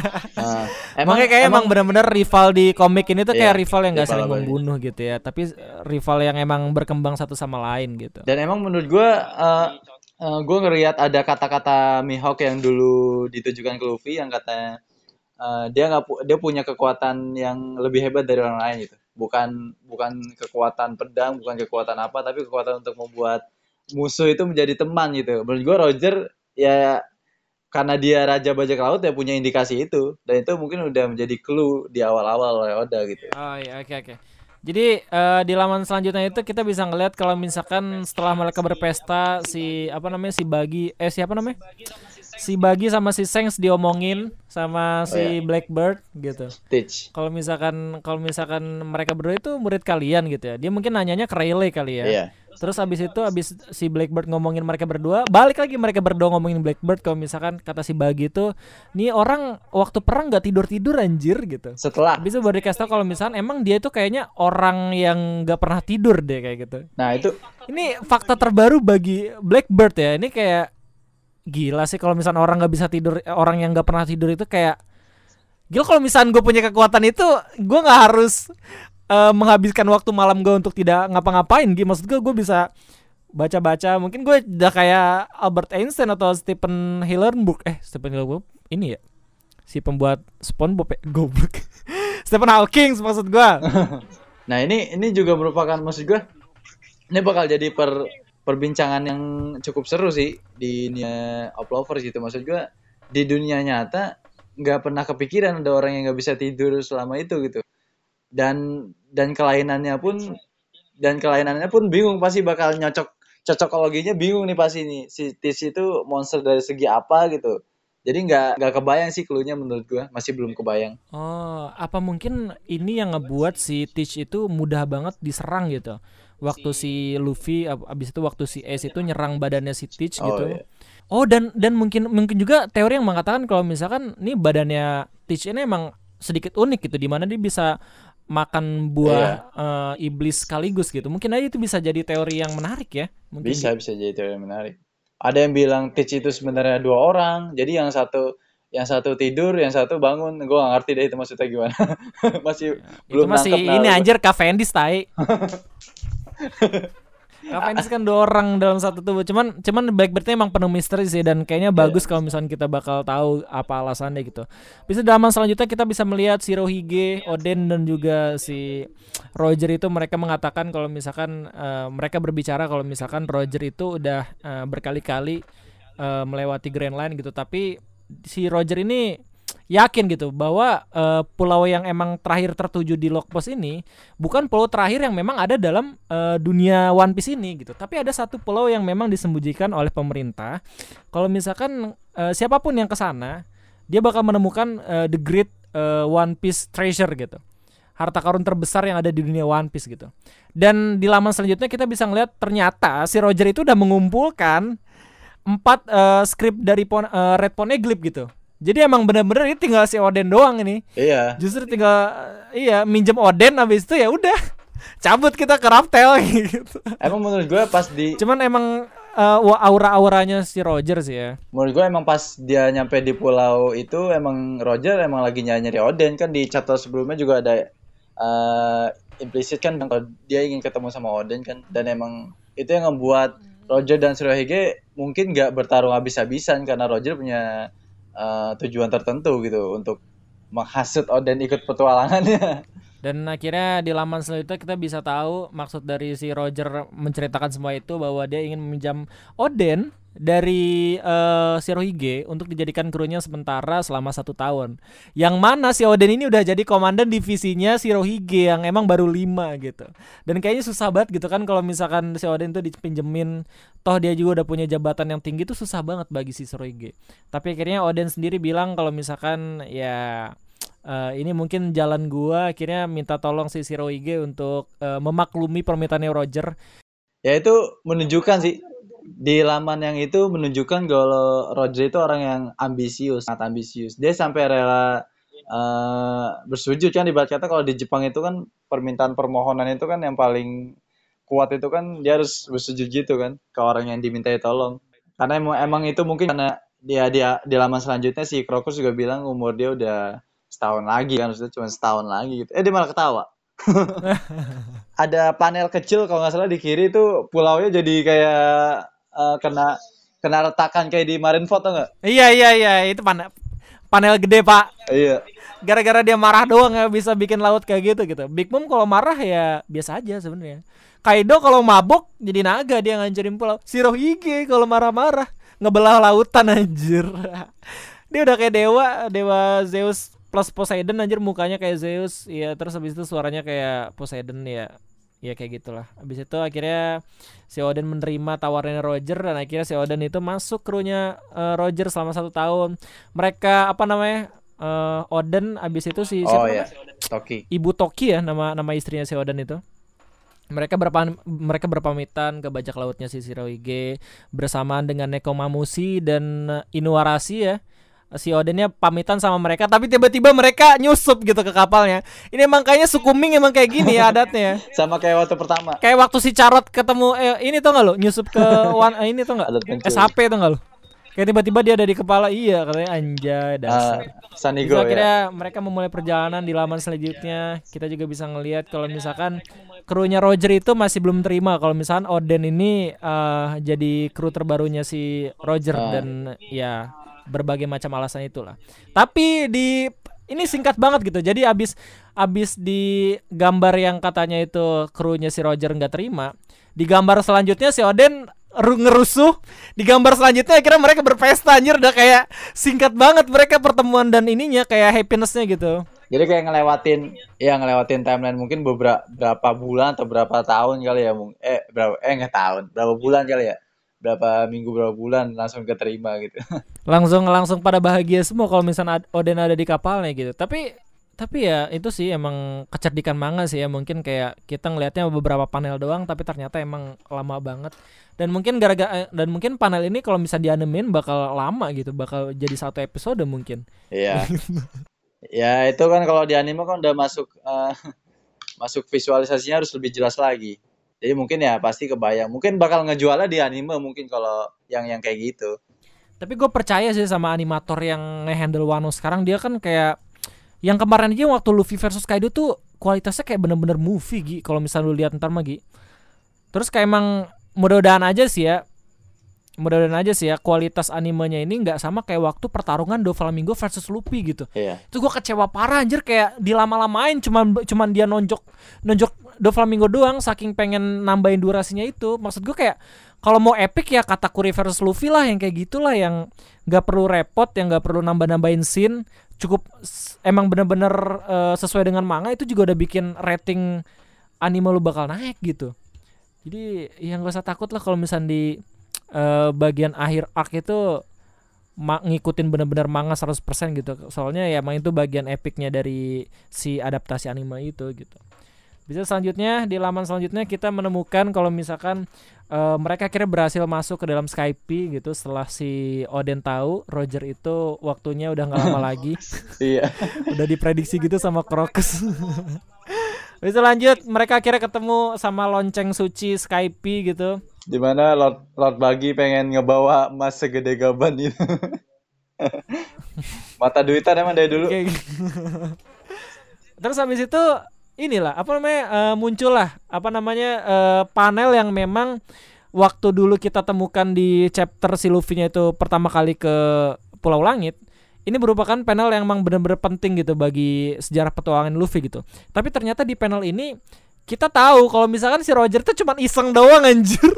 Emang benar-benar rival di komik ini tuh kayak rival yang enggak saling membunuh gitu ya, tapi rival yang emang berkembang satu sama lain gitu. Dan emang menurut gue ngelihat ada kata-kata Mihawk yang dulu ditujukan ke Luffy yang katanya dia punya kekuatan yang lebih hebat dari orang lain gitu. Bukan kekuatan pedang, bukan kekuatan apa, tapi kekuatan untuk membuat musuh itu menjadi teman gitu. Menurut gue Roger ya karena dia raja bajak laut ya punya indikasi itu, dan itu mungkin udah menjadi clue di awal-awal oleh Oda gitu. Oh iya oke. Jadi di laman selanjutnya itu kita bisa ngeliat kalau misalkan setelah mereka berpesta si Bagi sama si Shanks diomongin sama si Blackbird gitu. Stitch. Kalau misalkan mereka berdua itu murid kalian gitu ya. Dia mungkin nanyanya ke Rayleigh kali ya. Iya. Terus abis si Blackbird ngomongin mereka berdua, balik lagi mereka berdua ngomongin Blackbird kalau misalkan kata si Bagi itu, nih orang waktu perang nggak tidur anjir gitu. Setelah. Bisa baru dikasih tau kalau misalkan emang dia itu kayaknya orang yang nggak pernah tidur deh kayak gitu. Nah itu. Ini fakta terbaru bagi Blackbird ya. Ini kayak gila sih kalau misalnya orang nggak bisa tidur, orang yang nggak pernah tidur itu kayak gila. Kalau misalnya gue punya kekuatan itu, gue nggak harus menghabiskan waktu malam gue untuk tidak ngapa-ngapain. Maksud gue bisa baca-baca. Mungkin gue udah kayak Albert Einstein atau Stephen Hillenburg. Stephen Hillenburg ini ya si pembuat SpongeBob goblok. Stephen Hawking maksud gue. Nah ini juga merupakan maksud gue ini bakal jadi perbincangan yang cukup seru sih di dunia of lovers gitu. Maksud gue di dunia nyata nggak pernah kepikiran ada orang yang nggak bisa tidur selama itu gitu. Dan kelainannya pun bingung, pasti bakal cocokologinya bingung nih pasti nih si Tish itu monster dari segi apa gitu. Jadi nggak kebayang sih cluenya menurut gue, masih belum kebayang. Oh, apa mungkin ini yang ngebuat si Tish itu mudah banget diserang gitu. Waktu si Luffy abis itu waktu si Ace itu nyerang badannya si Tish gitu. Iya. Oh dan mungkin juga teori yang mengatakan kalau misalkan nih badannya Tish ini emang sedikit unik gitu, di mana dia bisa makan buah iblis sekaligus gitu. Mungkin aja itu bisa jadi teori yang menarik ya. Mungkin bisa jadi teori yang menarik. Ada yang bilang Teach itu sebenarnya 2 orang. Jadi yang satu tidur, yang satu bangun. Gue gak ngerti deh itu maksudnya gimana. Belum nangkep. Itu masih ini anjir Cavendish tai. Cavendish kan 2 orang dalam satu tubuh. Cuman Blackbird-nya emang penuh misteri sih, dan kayaknya bagus kalau misalnya kita bakal tahu apa alasannya gitu. Bisa dalam selanjutnya kita bisa melihat Shirohige, Oden dan juga si Roger itu mereka mengatakan kalau misalkan mereka berbicara kalau misalkan Roger itu udah berkali-kali melewati Grand Line gitu, tapi si Roger ini yakin gitu bahwa pulau yang emang terakhir tertuju di log post ini bukan pulau terakhir yang memang ada dalam dunia One Piece ini gitu, tapi ada satu pulau yang memang disembunyikan oleh pemerintah. Kalau misalkan siapapun yang kesana, dia bakal menemukan the great One Piece treasure gitu, harta karun terbesar yang ada di dunia One Piece gitu. Dan di laman selanjutnya kita bisa ngeliat ternyata si Roger itu udah mengumpulkan 4 skrip dari Red Poneglyph gitu. Jadi emang benar-benar ini tinggal si Oden doang ini. Iya. Justru tinggal minjem Oden, habis itu ya udah cabut kita ke Raftel gitu. Emang menurut gue pas cuman emang aura-auranya si Roger sih ya. Menurut gue emang pas dia nyampe di pulau itu emang Roger emang lagi nyari Oden kan. Di chapter sebelumnya juga ada implisit kan kalau dia ingin ketemu sama Oden kan, dan emang itu yang membuat Roger dan Shirohige mungkin nggak bertarung habis-habisan karena Roger punya tujuan tertentu gitu untuk menghasut Oden ikut petualangannya. Dan akhirnya di laman selanjutnya kita bisa tahu maksud dari si Roger menceritakan semua itu bahwa dia ingin meminjam Oden dari Shirohige untuk dijadikan krunya sementara selama 1 tahun. Yang mana si Oden ini udah jadi komandan divisinya Shirohige yang emang baru 5 gitu. Dan kayaknya susah banget gitu kan kalau misalkan si Oden tuh dipinjemin, toh dia juga udah punya jabatan yang tinggi, tuh susah banget bagi si Shirohige. Tapi akhirnya Oden sendiri bilang kalau misalkan ya ini mungkin jalan gua, akhirnya minta tolong si Shirohige untuk memaklumi permintaannya Roger. Ya itu menunjukkan sih, di laman yang itu menunjukkan kalau Roger itu orang yang ambisius, sangat ambisius. Dia sampai rela bersujud kan, ibarat kata kalau di Jepang itu kan permintaan permohonan itu kan yang paling kuat itu kan dia harus bersujud gitu kan ke orang yang dimintai tolong. Karena emang itu mungkin karena dia di laman selanjutnya si Krokus juga bilang umur dia udah setahun lagi kan, maksudnya cuma setahun lagi gitu. Dia malah ketawa. Ada panel kecil kalau nggak salah di kiri itu pulaunya jadi kayak kena retakan kayak di Marineford, tau nggak? Iya, itu panel gede, Pak. Iya. Gara-gara dia marah doang ya bisa bikin laut kayak gitu. Big Mom kalau marah ya biasa aja sebenarnya. Kaido kalau mabok jadi naga, dia ngancurin pulau. Shirohige kalau marah-marah ngebelah lautan anjir. Dia udah kayak dewa Zeus plus Poseidon anjir, mukanya kayak Zeus. Ya terus habis itu suaranya kayak Poseidon ya. Ya kayak gitulah. Habis itu akhirnya si Oden menerima tawarannya Roger dan akhirnya si Oden itu masuk krunya Roger selama 1 tahun. Mereka apa namanya? Oden abis itu si siapa ya, Toki. Ibu Toki ya nama istrinya si Oden itu. Mereka berpamitan ke bajak lautnya si Shirohige bersamaan dengan Nekomamushi dan Inuarashi ya. Si Odennya pamitan sama mereka, tapi tiba-tiba mereka nyusup gitu ke kapalnya. Ini emang kayaknya suku Ming emang kayak gini ya adatnya. Sama kayak waktu pertama. Kayak waktu si Carrot ketemu ini tau gak lo? Nyusup ke ini tau gak? SAP tau gak lo? Kayak tiba-tiba dia ada di kepala, iya katanya anjay dasar. Sanigo akhirnya mereka memulai perjalanan di laman selanjutnya. Kita juga bisa ngelihat kalau misalkan krunya Roger itu masih belum terima kalau misalkan Oden ini jadi kru terbarunya si Roger dan ya berbagai macam alasan itulah. Tapi ini singkat banget gitu. Jadi abis di gambar yang katanya itu krunya si Roger nggak terima, di gambar selanjutnya si Oden ngerusuh. Di gambar selanjutnya akhirnya mereka berpesta anjir, udah kayak singkat banget mereka pertemuan dan ininya kayak happinessnya gitu. Jadi kayak ngelewatin timeline mungkin berapa bulan atau berapa tahun kali ya, berapa bulan kali ya. Berapa minggu berapa bulan langsung keterima gitu. Langsung pada bahagia semua kalau misalnya Oden ada di kapalnya gitu. Tapi ya itu sih emang kecerdikan manga sih ya, mungkin kayak kita ngelihatnya beberapa panel doang tapi ternyata emang lama banget. Dan mungkin mungkin panel ini kalau bisa dianimein bakal lama gitu, bakal jadi 1 episode mungkin. Iya. Ya itu kan kalau di anime kan udah masuk visualisasinya harus lebih jelas lagi. Jadi mungkin ya pasti kebayang. Mungkin bakal ngejualnya di anime mungkin kalau yang kayak gitu. Tapi gue percaya sih sama animator yang nge-handle Wano sekarang. Dia kan kayak yang kemarin aja waktu Luffy versus Kaido tuh kualitasnya kayak bener-bener movie Gi. Kalau misalnya lu lihat ntar mah Gi. Terus kayak emang mudah-mudahan aja sih ya kualitas animenya ini nggak sama kayak waktu pertarungan Doflamingo versus Luffy gitu. Iya. Itu gue kecewa parah anjir, kayak dilama-lamain cuman dia nonjok Doflamingo doang saking pengen nambahin durasinya itu. Maksud gue kayak kalau mau epic ya Katakuri versus Luffy lah, yang kayak gitulah, yang nggak perlu repot, yang nggak perlu nambah-nambahin scene, cukup emang bener-bener sesuai dengan manga, itu juga udah bikin rating anime lu bakal naik gitu. Jadi ya gak usah takut lah kalau misalnya di bagian akhir arc itu ngikutin bener-bener manga 100% gitu. Soalnya ya emang itu bagian epicnya dari si adaptasi anime itu gitu. Bisa selanjutnya, di laman selanjutnya kita menemukan kalau misalkan mereka akhirnya berhasil masuk ke dalam Skype gitu setelah si Oden tahu Roger itu waktunya udah gak lama lagi. Iya. Udah diprediksi gitu sama Crocus. Bisa lanjut, mereka akhirnya ketemu sama lonceng suci Skype gitu. Dimana Lord Buggy pengen ngebawa emas segede gaban itu. Mata duitan emang dari dulu. Terus habis itu inilah muncul lah panel yang memang waktu dulu kita temukan di chapter si Luffy-nya itu pertama kali ke Pulau Langit. ini merupakan panel yang emang benar-benar penting gitu bagi sejarah petualangan Luffy gitu. Tapi ternyata di panel ini kita tahu kalau misalkan si Roger tuh cuma iseng doang anjir.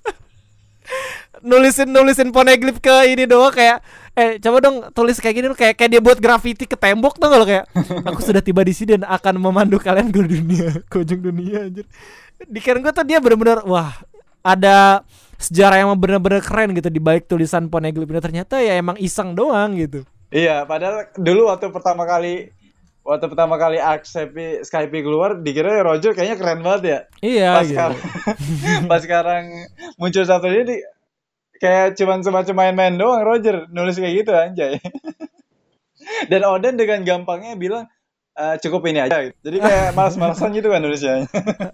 nulisin poneglyph ke ini doang kayak coba dong tulis kayak gini kayak dia buat graffiti ke tembok tuh kalau kayak aku sudah tiba di sini dan akan memandu kalian ke dunia, ke ujung dunia anjir. Di keren gue tuh dia benar-benar wah, ada sejarah yang benar-benar keren gitu di balik tulisan poneglyph ini, ternyata ya emang iseng doang gitu. Iya, padahal dulu waktu pertama kali arc Skype keluar, dikira Roger kayaknya keren banget ya. Iya. Pas sekarang muncul satu ini kayak cuman semacam main-main doang Roger nulis kayak gitu anjay. Dan Oden dengan gampangnya bilang cukup ini aja. Jadi kayak malas-malasan gitu kan nulisnya.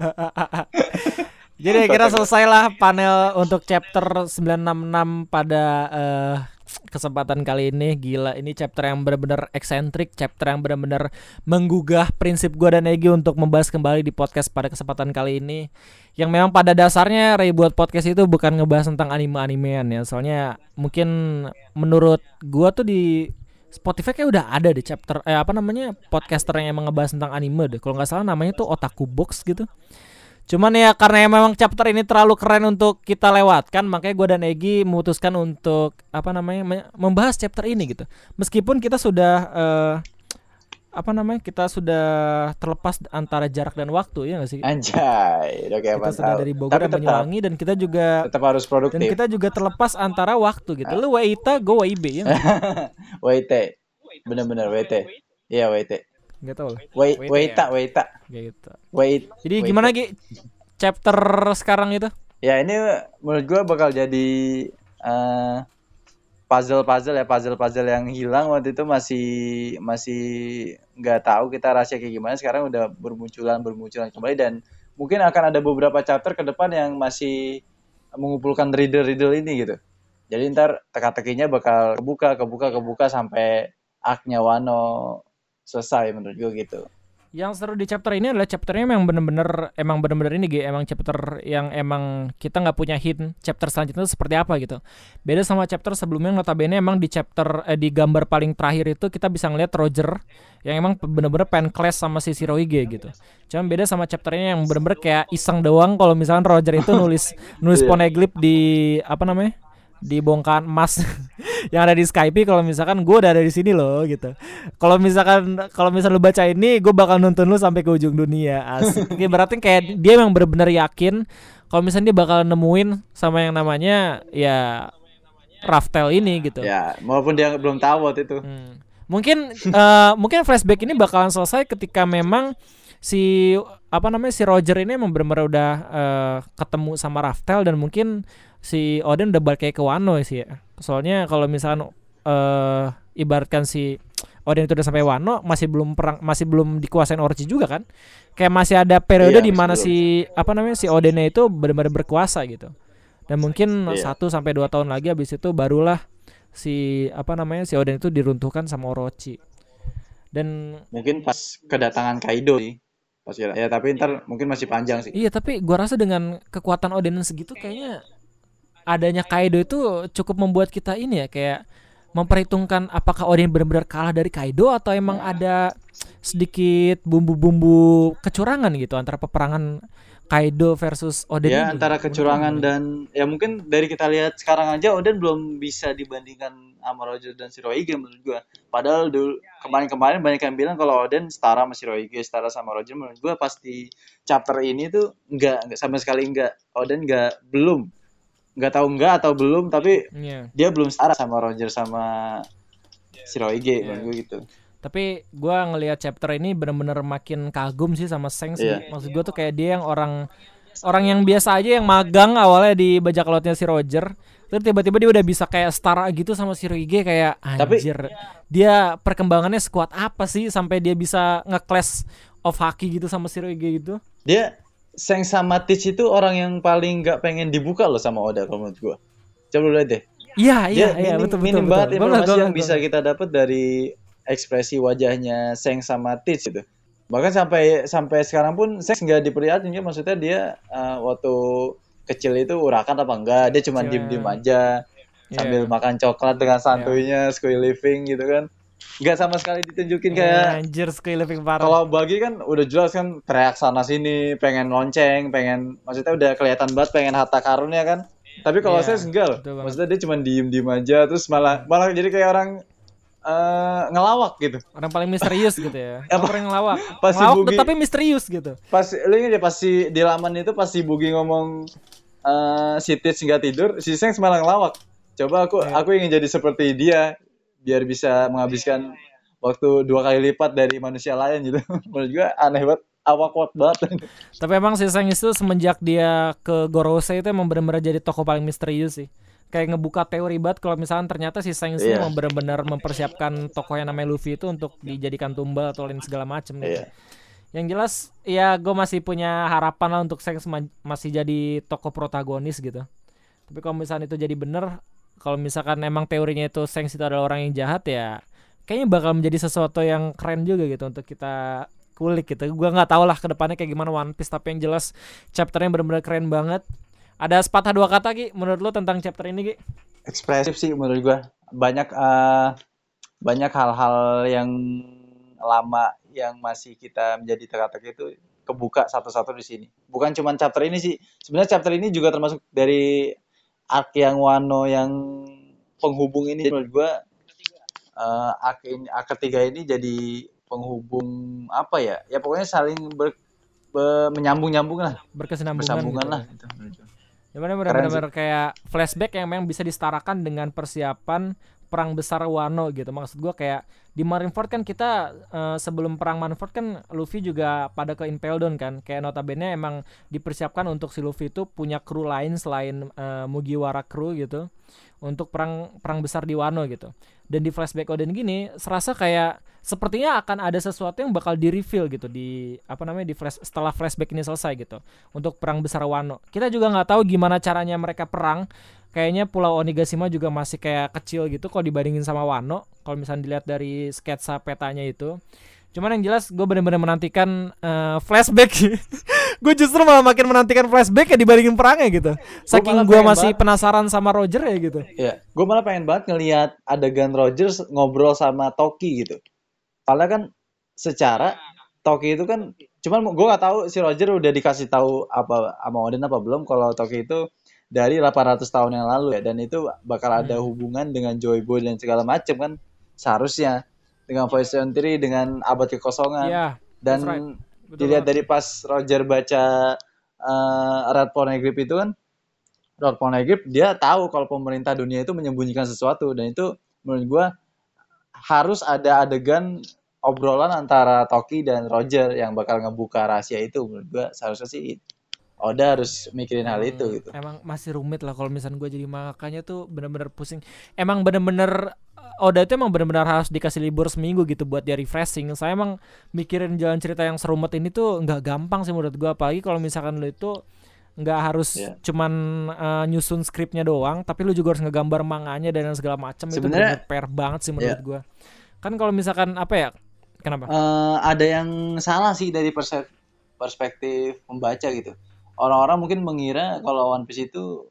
Jadi kira selesailah panel untuk chapter 966 pada kesempatan kali ini. Gila, ini chapter yang benar-benar eksentrik, chapter yang benar-benar menggugah prinsip gue dan Egi untuk membahas kembali di podcast pada kesempatan kali ini. Yang memang pada dasarnya Ray buat podcast itu bukan ngebahas tentang anime-animean ya. Soalnya mungkin menurut gue tuh di Spotify kayak udah ada deh chapter podcaster yang emang ngebahas tentang anime deh. Kalau nggak salah namanya tuh Otaku Box gitu. Cuman ya karena memang chapter ini terlalu keren untuk kita lewatkan, makanya gue dan Egi memutuskan untuk membahas chapter ini gitu. Meskipun kita sudah kita sudah terlepas antara jarak dan waktu, ya nggak sih? Anjay, oke, kita sudah dari Bogor dan Banyuwangi, dan kita juga tetap harus produktif. Dan kita juga terlepas antara waktu gitu. Lu WITA, gue WIB ya. WIT, benar-benar WIT. Iya WIT. Nggak tahu lah. Weita. Gitu. Jadi Weita. gimana Gi chapter sekarang itu? Ya ini menurut gue bakal jadi puzzle yang hilang waktu itu masih nggak tahu kita rahasia kayak gimana. Sekarang udah bermunculan kembali, dan mungkin akan ada beberapa chapter ke depan yang masih mengumpulkan riddle ini gitu. Jadi ntar teka-tekinya bakal kebuka sampai arc-nya Wano selesai menurut gue gitu. Yang seru di chapter ini adalah chapternya emang bener-bener ini G, emang chapter yang emang kita nggak punya hint chapter selanjutnya itu seperti apa gitu. Beda sama chapter sebelumnya, notabene emang di chapter di gambar paling terakhir itu kita bisa ngeliat Roger yang emang bener-bener pengen clash sama si Shirohige gitu. Cuman beda sama chapternya yang bener-bener kayak iseng doang kalau misalkan Roger itu nulis poneglyph di di bongkahan emas yang ada di Skype. Kalau misalkan gue udah ada di sini loh gitu. Kalau misalkan lu baca ini, gue bakal nonton lu sampai ke ujung dunia. Asik. Berarti kayak dia memang benar-benar yakin kalau misalnya dia bakal nemuin sama yang namanya ya Raftel ini gitu. Ya, walaupun dia belum tahu waktu itu. Mungkin flashback ini bakalan selesai ketika memang si Roger ini emang benar-benar udah ketemu sama Raftel, dan mungkin si Oden udah balik kayak ke Wano sih ya. Soalnya kalau misalkan ibaratkan si Oden itu udah sampai Wano, masih belum dikuasain Orochi juga kan. Kayak masih ada periode di mana si Odennya itu benar-benar berkuasa gitu. Dan mungkin 1 sampai 2 tahun lagi habis itu barulah si Oden itu diruntuhkan sama Orochi. Dan mungkin pas kedatangan Kaido sih. Ya tapi ntar mungkin masih panjang sih. Iya, tapi gua rasa dengan kekuatan Oden segitu kayaknya adanya Kaido itu cukup membuat kita ini ya kayak memperhitungkan apakah Oden benar-benar kalah dari Kaido atau emang ada sedikit bumbu-bumbu kecurangan gitu antara peperangan Kaido versus Oden ya, ini. Antara kecurangan dan ya mungkin dari kita lihat sekarang aja Oden belum bisa dibandingkan sama Roger dan Shirohige menurut gua. Padahal dulu kemarin banyak yang bilang kalau Oden setara sama Shirohige, setara sama Roger. Menurut gua pasti chapter ini tuh enggak sama sekali enggak. Oden enggak tahu enggak atau belum, tapi dia belum setara sama Roger sama Shirohige menurut gua gitu. Tapi gue ngelihat chapter ini benar-benar makin kagum sih sama Shanks. Maksud gue tuh kayak dia yang orang yang biasa aja yang magang awalnya di bajak lautnya si Roger, terus tiba-tiba dia udah bisa kayak setara gitu sama Shirohige. Kayak anjir, dia perkembangannya sekuat apa sih sampai dia bisa nge-clash of Haki gitu sama Shirohige gitu. Dia Shanks sama Teach itu orang yang paling gak pengen dibuka loh sama Oda kalau menurut gue. Coba lu lihat deh. Iya, betul. Minim banget informasi yang bisa kita dapat dari ekspresi wajahnya Shanks sama Teach itu. Bahkan sampai sekarang pun Shanks nggak diperlihatin ya, maksudnya dia waktu kecil itu urakan apa enggak, dia cuma diem aja sambil makan coklat dengan santuinya, squee living gitu kan. nggak sama sekali ditunjukin kayak Anjir, skill living parah. kalau Bagi kan udah jelas kan teriak sana sini, pengen lonceng, maksudnya udah kelihatan banget pengen harta karunnya kan. Tapi kalau Iya, saya enggak loh. betul banget. Maksudnya dia cuma diem aja, terus malah jadi kayak orang ngelawak gitu. Orang paling misterius gitu ya. Apa? Orang ngelawak. Pas si Ngelawak Bugi- tapi misterius gitu. Pas lu ingat ya pas di laman itu pas si Bugi ngomong si Tits nggak tidur, si Seng malah ngelawak. Coba aku ingin jadi seperti dia biar bisa menghabiskan waktu 2 kali lipat dari manusia lain gitu. Menurut gue aneh banget, awkward banget. Tapi emang si Seng itu semenjak dia ke Gorose itu emang benar-benar jadi tokoh paling misterius sih. Kayak ngebuka teori banget kalau misalkan ternyata si Seng itu Iya. emang benar-benar mempersiapkan tokoh yang namanya Luffy itu untuk dijadikan tumbal atau lain segala macem gitu. Iya. Yang jelas ya gue masih punya harapan lah untuk Seng masih jadi tokoh protagonis gitu. Tapi kalau misalkan itu jadi bener, kalau misalkan emang teorinya itu Seng itu adalah orang yang jahat ya, kayaknya bakal menjadi sesuatu yang keren juga gitu untuk kita kulik gitu. Gue nggak tahu lah kedepannya kayak gimana One Piece, tapi yang jelas chapternya benar-benar keren banget. Ada sepatah dua kata Ki menurut lo tentang chapter ini Ki? Ekspresif sih menurut gue. Banyak hal-hal yang lama yang masih kita menjadi teka-teki itu kebuka satu-satu di sini. Bukan cuma chapter ini sih. Sebenarnya chapter ini juga termasuk dari arc yang Wano yang penghubung ini menurut gue. Arc ketiga ini jadi penghubung apa ya? Ya pokoknya saling menyambung-nyambung lah. Berkesinambungan Bersambungan gitu. lah. Gitu, menurut gue. Dimana benar-benar kayak flashback yang memang bisa disetarakan dengan persiapan perang besar Wano gitu. Maksud gue kayak di Marineford kan kita sebelum perang Marineford kan Luffy juga pada ke Impel Down kan. Kayak notabene emang dipersiapkan untuk si Luffy itu punya kru lain selain Mugiwara Crew gitu untuk perang besar di Wano gitu. Dan di flashback Oden gini serasa kayak sepertinya akan ada sesuatu yang bakal di-reveal gitu di setelah flashback ini selesai gitu untuk perang besar Wano. Kita juga nggak tahu gimana caranya mereka perang. Kayaknya Pulau Onigashima juga masih kayak kecil gitu kalau dibandingin sama Wano. Kalau misalnya dilihat dari sketsa petanya itu. Cuman yang jelas gue benar-benar menantikan flashback. Gue justru malah makin menantikan flashback ya dibandingin perangnya gitu. Saking gue masih penasaran sama Roger ya gitu. Iya, gue malah pengen banget ngelihat adegan Rogers ngobrol sama Toki gitu. Karena kan secara Toki itu kan, cuman gue nggak tahu si Roger udah dikasih tahu apa sama Oden apa belum kalau Toki itu dari 800 tahun yang lalu ya, dan itu bakal ada hubungan dengan Joy Boy dan segala macam kan seharusnya dengan Voice Theory dengan abad kekosongan. Yeah, dan right. Dilihat dari pas Roger baca Red Poneglyph itu kan, Red Poneglyph dia tahu kalau pemerintah dunia itu menyembunyikan sesuatu, dan itu menurut gue harus ada adegan obrolan antara Toki dan Roger yang bakal ngebuka rahasia itu. Menurut gue seharusnya sih Oda harus mikirin hal itu gitu. Emang masih rumit lah kalau misalnya gue jadi makanya tuh benar-benar pusing. Emang benar-benar Oda itu emang benar-benar harus dikasih libur seminggu gitu buat dia refreshing. Saya emang mikirin jalan cerita yang serumit ini tuh nggak gampang sih menurut gue. Apalagi kalau misalkan lo itu nggak harus cuman nyusun skripnya doang, tapi lu juga harus ngegambar manganya dan segala macam. Itu benar-benar PR banget sih menurut gue. Kan kalau misalkan apa ya? Kenapa? Ada yang salah sih dari perspektif pembaca gitu. Orang-orang mungkin mengira kalau One Piece itu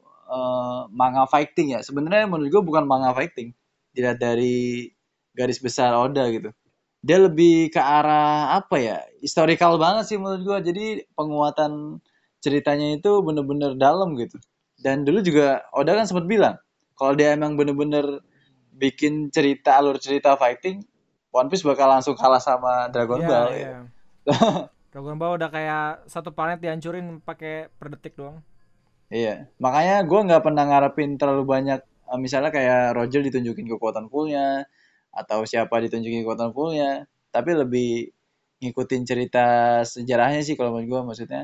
manga fighting ya. Sebenarnya menurut gue bukan manga fighting. Dilihat dari garis besar Oda gitu. Dia lebih ke arah apa ya? Historical banget sih menurut gue. Jadi penguatan ceritanya itu bener-bener dalam gitu. Dan dulu juga Oda kan sempat bilang kalau dia emang bener-bener bikin alur cerita fighting, One Piece bakal langsung kalah sama Dragon Ball. Yeah. Dragon Ball udah kayak satu planet dihancurin pakai per detik doang. Iya, makanya gue nggak pernah ngarepin terlalu banyak. Misalnya kayak Roger ditunjukin kekuatan fullnya, atau siapa ditunjukin kekuatan fullnya. Tapi lebih ngikutin cerita sejarahnya sih kalau menurut gue. Maksudnya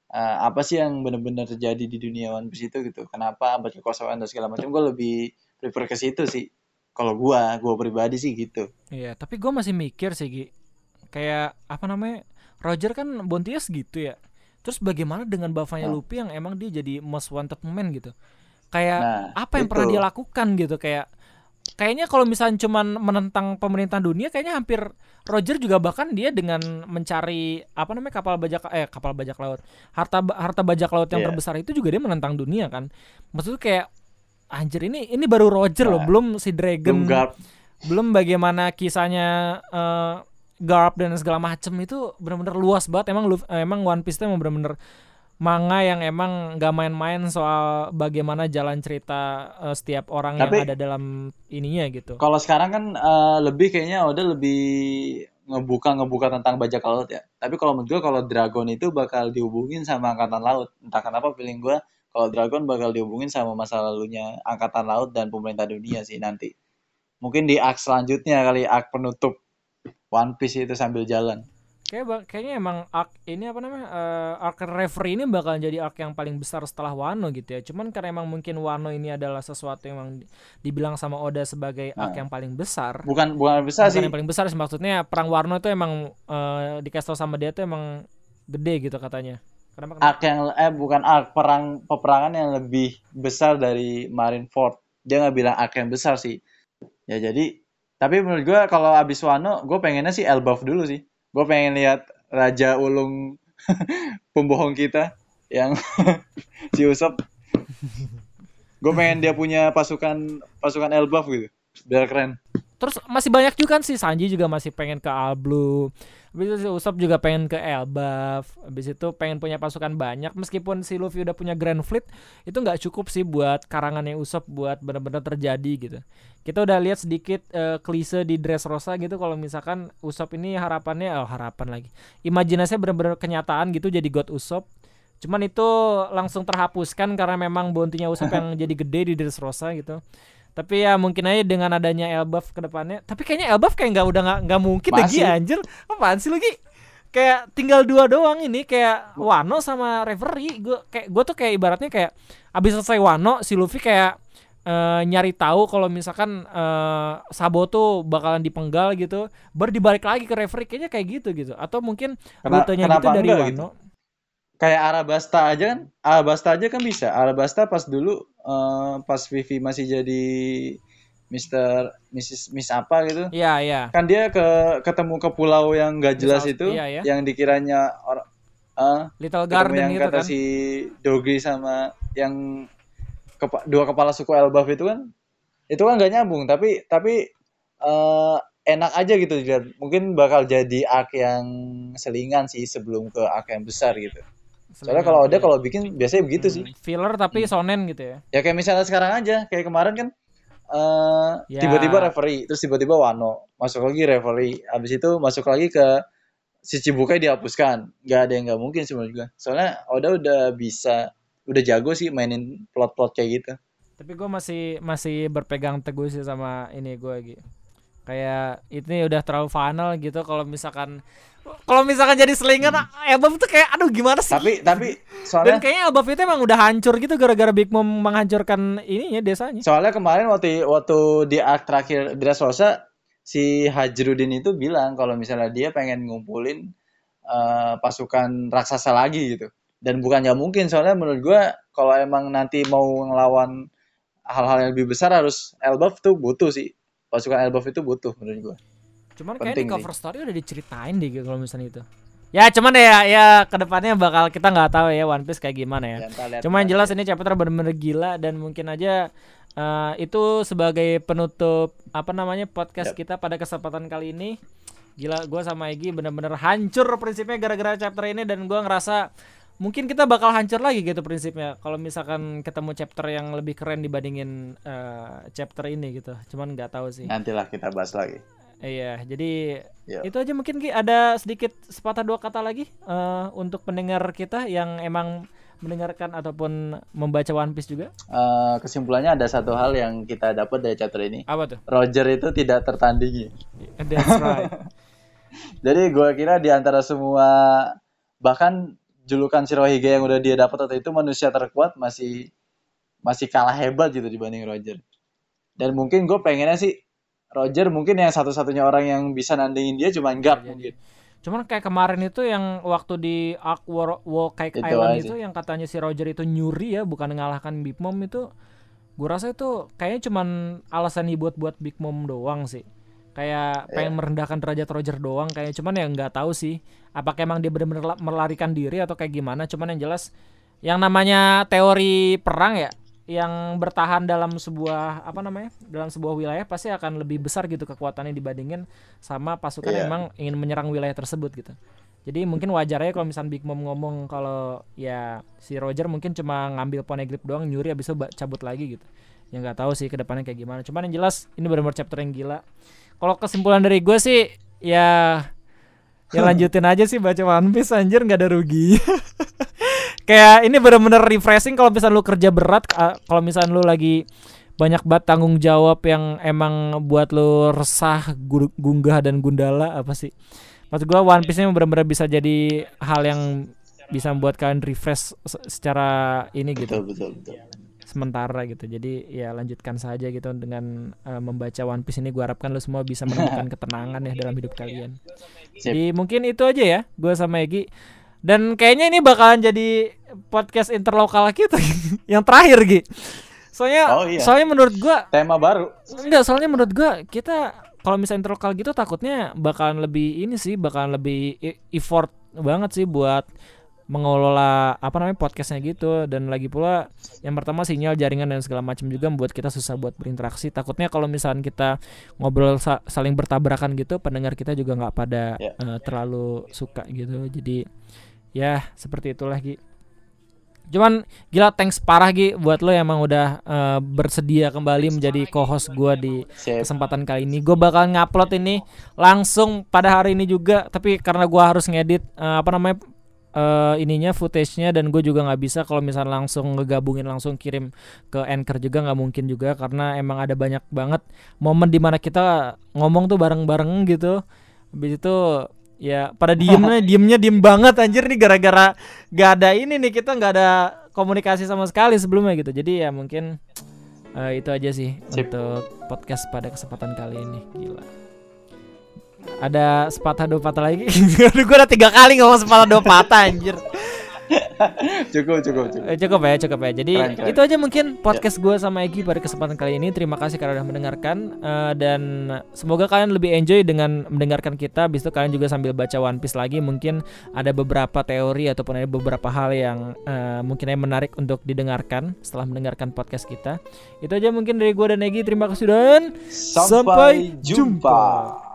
apa sih yang benar-benar terjadi di dunia One Piece itu gitu. Kenapa abad kekosongan dan segala macam. Gue lebih prefer ke situ sih. Kalau gue pribadi sih gitu. Iya, tapi gue masih mikir sih Gi. Kayak apa namanya? Roger kan bounty-nya segitu ya. Terus bagaimana dengan bapaknya Luffy yang emang dia jadi most wanted man gitu. Kayak apa yang pernah dia lakukan gitu. Kayaknya kalau misalnya cuman menentang pemerintah dunia, kayaknya hampir Roger juga bahkan dia dengan mencari apa namanya kapal bajak laut. Harta bajak laut yang terbesar itu juga dia menentang dunia kan. Maksudnya kayak anjir ini baru Roger loh, belum si Dragon. Belum bagaimana kisahnya Garp dan segala macem itu benar-benar luas banget. Emang One Piece itu emang benar-benar manga yang emang nggak main-main soal bagaimana jalan cerita setiap orang yang Tapi ada dalam ininya gitu. kalau sekarang kan lebih kayaknya udah lebih ngebuka tentang bajak laut ya. Tapi kalau menurut gue kalau Dragon itu bakal dihubungin sama angkatan laut. Entah kenapa feeling gue kalau Dragon bakal dihubungin sama masa lalunya angkatan laut dan pemerintah dunia sih nanti. Mungkin di arc selanjutnya kali, arc penutup One Piece itu sambil jalan. Kayaknya emang arc ini apa namanya arc referee ini bakal jadi arc yang paling besar setelah Wano gitu ya. Cuman karena emang mungkin Wano ini adalah sesuatu yang emang dibilang sama Oda sebagai arc yang paling besar. Bukan besar Bukan sih. yang paling besar sih, maksudnya perang Wano itu emang dikasih tau sama dia tuh emang gede gitu katanya. Kenapa? Arc yang bukan arc peperangan yang lebih besar dari Marineford. Dia nggak bilang arc yang besar sih. Ya jadi, tapi menurut gue kalau abis Wano, gue pengennya sih Elbaf dulu sih. Gue pengen lihat Raja Ulung pembohong kita yang si Usopp. Gue pengen dia punya pasukan Elbaf gitu, biar keren. Terus masih banyak juga kan sih, Sanji juga masih pengen ke Alblue. Habis itu si Usopp juga pengen ke Elbaf. Habis itu pengen punya pasukan banyak. Meskipun si Luffy udah punya Grand Fleet, itu nggak cukup sih buat karangannya Usopp buat benar-benar terjadi gitu. Kita udah lihat sedikit klise di Dressrosa gitu, kalau misalkan Usopp ini harapan lagi. Imajinasinya benar-benar kenyataan gitu jadi God Usopp. Cuman itu langsung terhapuskan karena memang bounty-nya Usopp yang jadi gede di Dressrosa gitu. Tapi ya mungkin aja dengan adanya Elbaf ke depannya. Tapi kayaknya Elbaf kayak nggak mungkin lagi anjir. Apaan sih lagi? Kayak tinggal 2 doang ini, kayak Wano sama Reverie. Gue tuh kayak ibaratnya kayak abis selesai Wano, si Luffy kayak nyari tahu kalau misalkan Sabo tuh bakalan dipenggal gitu, baru dibalik lagi ke Reverie, kayaknya kayak gitu. Atau mungkin rutenya gitu dari Wano. Gitu? Kayak Arabasta aja kan bisa. Arabasta pas dulu pas Vivi masih jadi Miss apa gitu. Iya. Kan dia ketemu ke pulau yang gak jelas itu, iya. Yang dikiranya Little Garden yang gitu kata kan. Si Dogri sama yang dua kepala suku Elbaf itu kan gak nyambung, tapi enak aja gitu. Mungkin bakal jadi arc yang selingan sih sebelum ke arc yang besar gitu. Soalnya kalau ada kalau bikin biasanya begitu sih. Filler tapi shonen gitu ya. Ya kayak misalnya sekarang aja, kayak kemarin kan tiba-tiba Reverie, terus tiba-tiba Wano, masuk lagi Reverie, habis itu masuk lagi ke si Chibukai dihapuskan. Gak ada yang gak mungkin sebenarnya juga. Soalnya Oda udah jago sih mainin plot-plot kayak gitu. Tapi gue masih berpegang teguh sih sama ini gue lagi. Kayak ini udah terlalu final gitu. Kalau misalkan jadi selingan Elbaf tuh kayak aduh gimana sih. Tapi soalnya dan kayaknya Elbaf itu emang udah hancur gitu gara-gara Big Mom menghancurkan ininya desanya. Soalnya kemarin waktu di arc terakhir Dressrosa, si Hajrudin itu bilang kalau misalnya dia pengen ngumpulin pasukan raksasa lagi gitu. Dan bukan nggak mungkin, soalnya menurut gue kalau emang nanti mau ngelawan hal-hal yang lebih besar harus Elbaf tuh butuh sih. Pasukan Elbaf itu butuh menurut gue. Cuman kayak di cover story udah diceritain deh gitu kalau misalnya itu. Ya cuman ya kedepannya bakal kita nggak tahu ya One Piece kayak gimana ya. Cuman jelas ini chapter bener-bener gila dan mungkin aja itu sebagai penutup podcast kita pada kesempatan kali ini. Gila, gue sama Egi bener-bener hancur prinsipnya gara-gara chapter ini, dan gue ngerasa mungkin kita bakal hancur lagi gitu prinsipnya kalau misalkan ketemu chapter yang lebih keren dibandingin chapter ini gitu. Cuman nggak tahu sih. Nantilah kita bahas lagi. Iya, jadi itu aja mungkin Ki, ada sedikit sepatah dua kata lagi untuk pendengar kita yang emang mendengarkan ataupun membaca One Piece juga. Kesimpulannya ada satu hal yang kita dapat dari chapter ini. Apa tuh? Roger itu tidak tertandingi. That's right. Jadi gue kira di antara semua, bahkan julukan Shirohige yang udah dia dapat waktu itu manusia terkuat, masih kalah hebat gitu dibanding Roger. Dan mungkin gue pengennya sih Roger mungkin yang satu-satunya orang yang bisa nandingin dia cuma Garp mungkin. Cuman kayak kemarin itu yang waktu di Arc War Cake Island itu yang katanya si Roger itu nyuri ya, bukan mengalahkan Big Mom, itu gue rasa itu kayaknya cuman alasan dibuat-buat Big Mom doang sih. Kayak pengen merendahkan derajat Roger doang kayaknya. Cuman ya nggak tahu sih apakah emang dia benar-benar melarikan diri atau kayak gimana. Cuman yang jelas yang namanya teori perang ya, yang bertahan dalam sebuah dalam sebuah wilayah pasti akan lebih besar gitu kekuatannya dibandingin sama pasukan yang emang ingin menyerang wilayah tersebut gitu. Jadi mungkin wajar aja kalau misalnya Big Mom ngomong kalau ya si Roger mungkin cuma ngambil Poneglyph doang, nyuri abis itu cabut lagi gitu. Ya nggak tahu sih kedepannya kayak gimana. Cuman yang jelas ini benar-benar chapter yang gila. Kalau kesimpulan dari gue sih ya lanjutin aja sih baca One Piece, anjir, nggak ada rugi. Kayak ini benar-benar refreshing kalau misalnya lu kerja berat, kalau misalnya lu lagi banyak banget tanggung jawab yang emang buat lu resah, gunggah dan gundala apa sih. Maksud gue One Piece ini benar-benar bisa jadi hal yang bisa membuat kalian refresh secara ini gitu. Betul. Sementara gitu. Jadi ya lanjutkan saja gitu dengan membaca One Piece ini. Gue harapkan lu semua bisa menemukan ketenangan ya dalam hidup kalian. Jadi mungkin itu aja ya gue sama Egi. Dan kayaknya ini bakalan jadi podcast interlokal kita yang terakhir Gi. Soalnya menurut gue tema baru. Enggak, soalnya menurut gue kita kalau misalnya interlokal gitu takutnya bakalan lebih effort banget sih buat mengelola podcastnya gitu. Dan lagi pula yang pertama sinyal, jaringan dan segala macam juga membuat kita susah buat berinteraksi. Takutnya kalau misalnya kita ngobrol saling bertabrakan gitu, pendengar kita juga nggak pada terlalu suka gitu. Jadi ya seperti itulah Gi. Cuman gila, thanks parah Gi buat lo yang emang udah bersedia kembali menjadi co-host gue di kesempatan kali ini. Gue bakal ngupload ini langsung pada hari ini juga, tapi karena gue harus ngedit footage-nya, dan gue juga nggak bisa kalau misalnya langsung ngegabungin langsung kirim ke Anchor juga nggak mungkin juga, karena emang ada banyak banget momen dimana kita ngomong tuh bareng-bareng gitu. Habis itu ya pada diemnya diem banget anjir nih, gara-gara gak ada ini nih, kita nggak ada komunikasi sama sekali sebelumnya gitu. Jadi ya mungkin itu aja sih untuk podcast pada kesempatan kali ini. Gila, ada sepatah dua patah lagi. Gue udah 3 kali ngomong sepatah dua patah anjir. Cukup ya. Jadi keren. Itu aja mungkin podcast gue sama Egi pada kesempatan kali ini. Terima kasih karena udah mendengarkan, dan semoga kalian lebih enjoy dengan mendengarkan kita. Habis itu kalian juga sambil baca One Piece lagi, mungkin ada beberapa teori ataupun ada beberapa hal yang mungkin menarik untuk didengarkan setelah mendengarkan podcast kita. Itu aja mungkin dari gue dan Egi. Terima kasih dan sampai jumpa.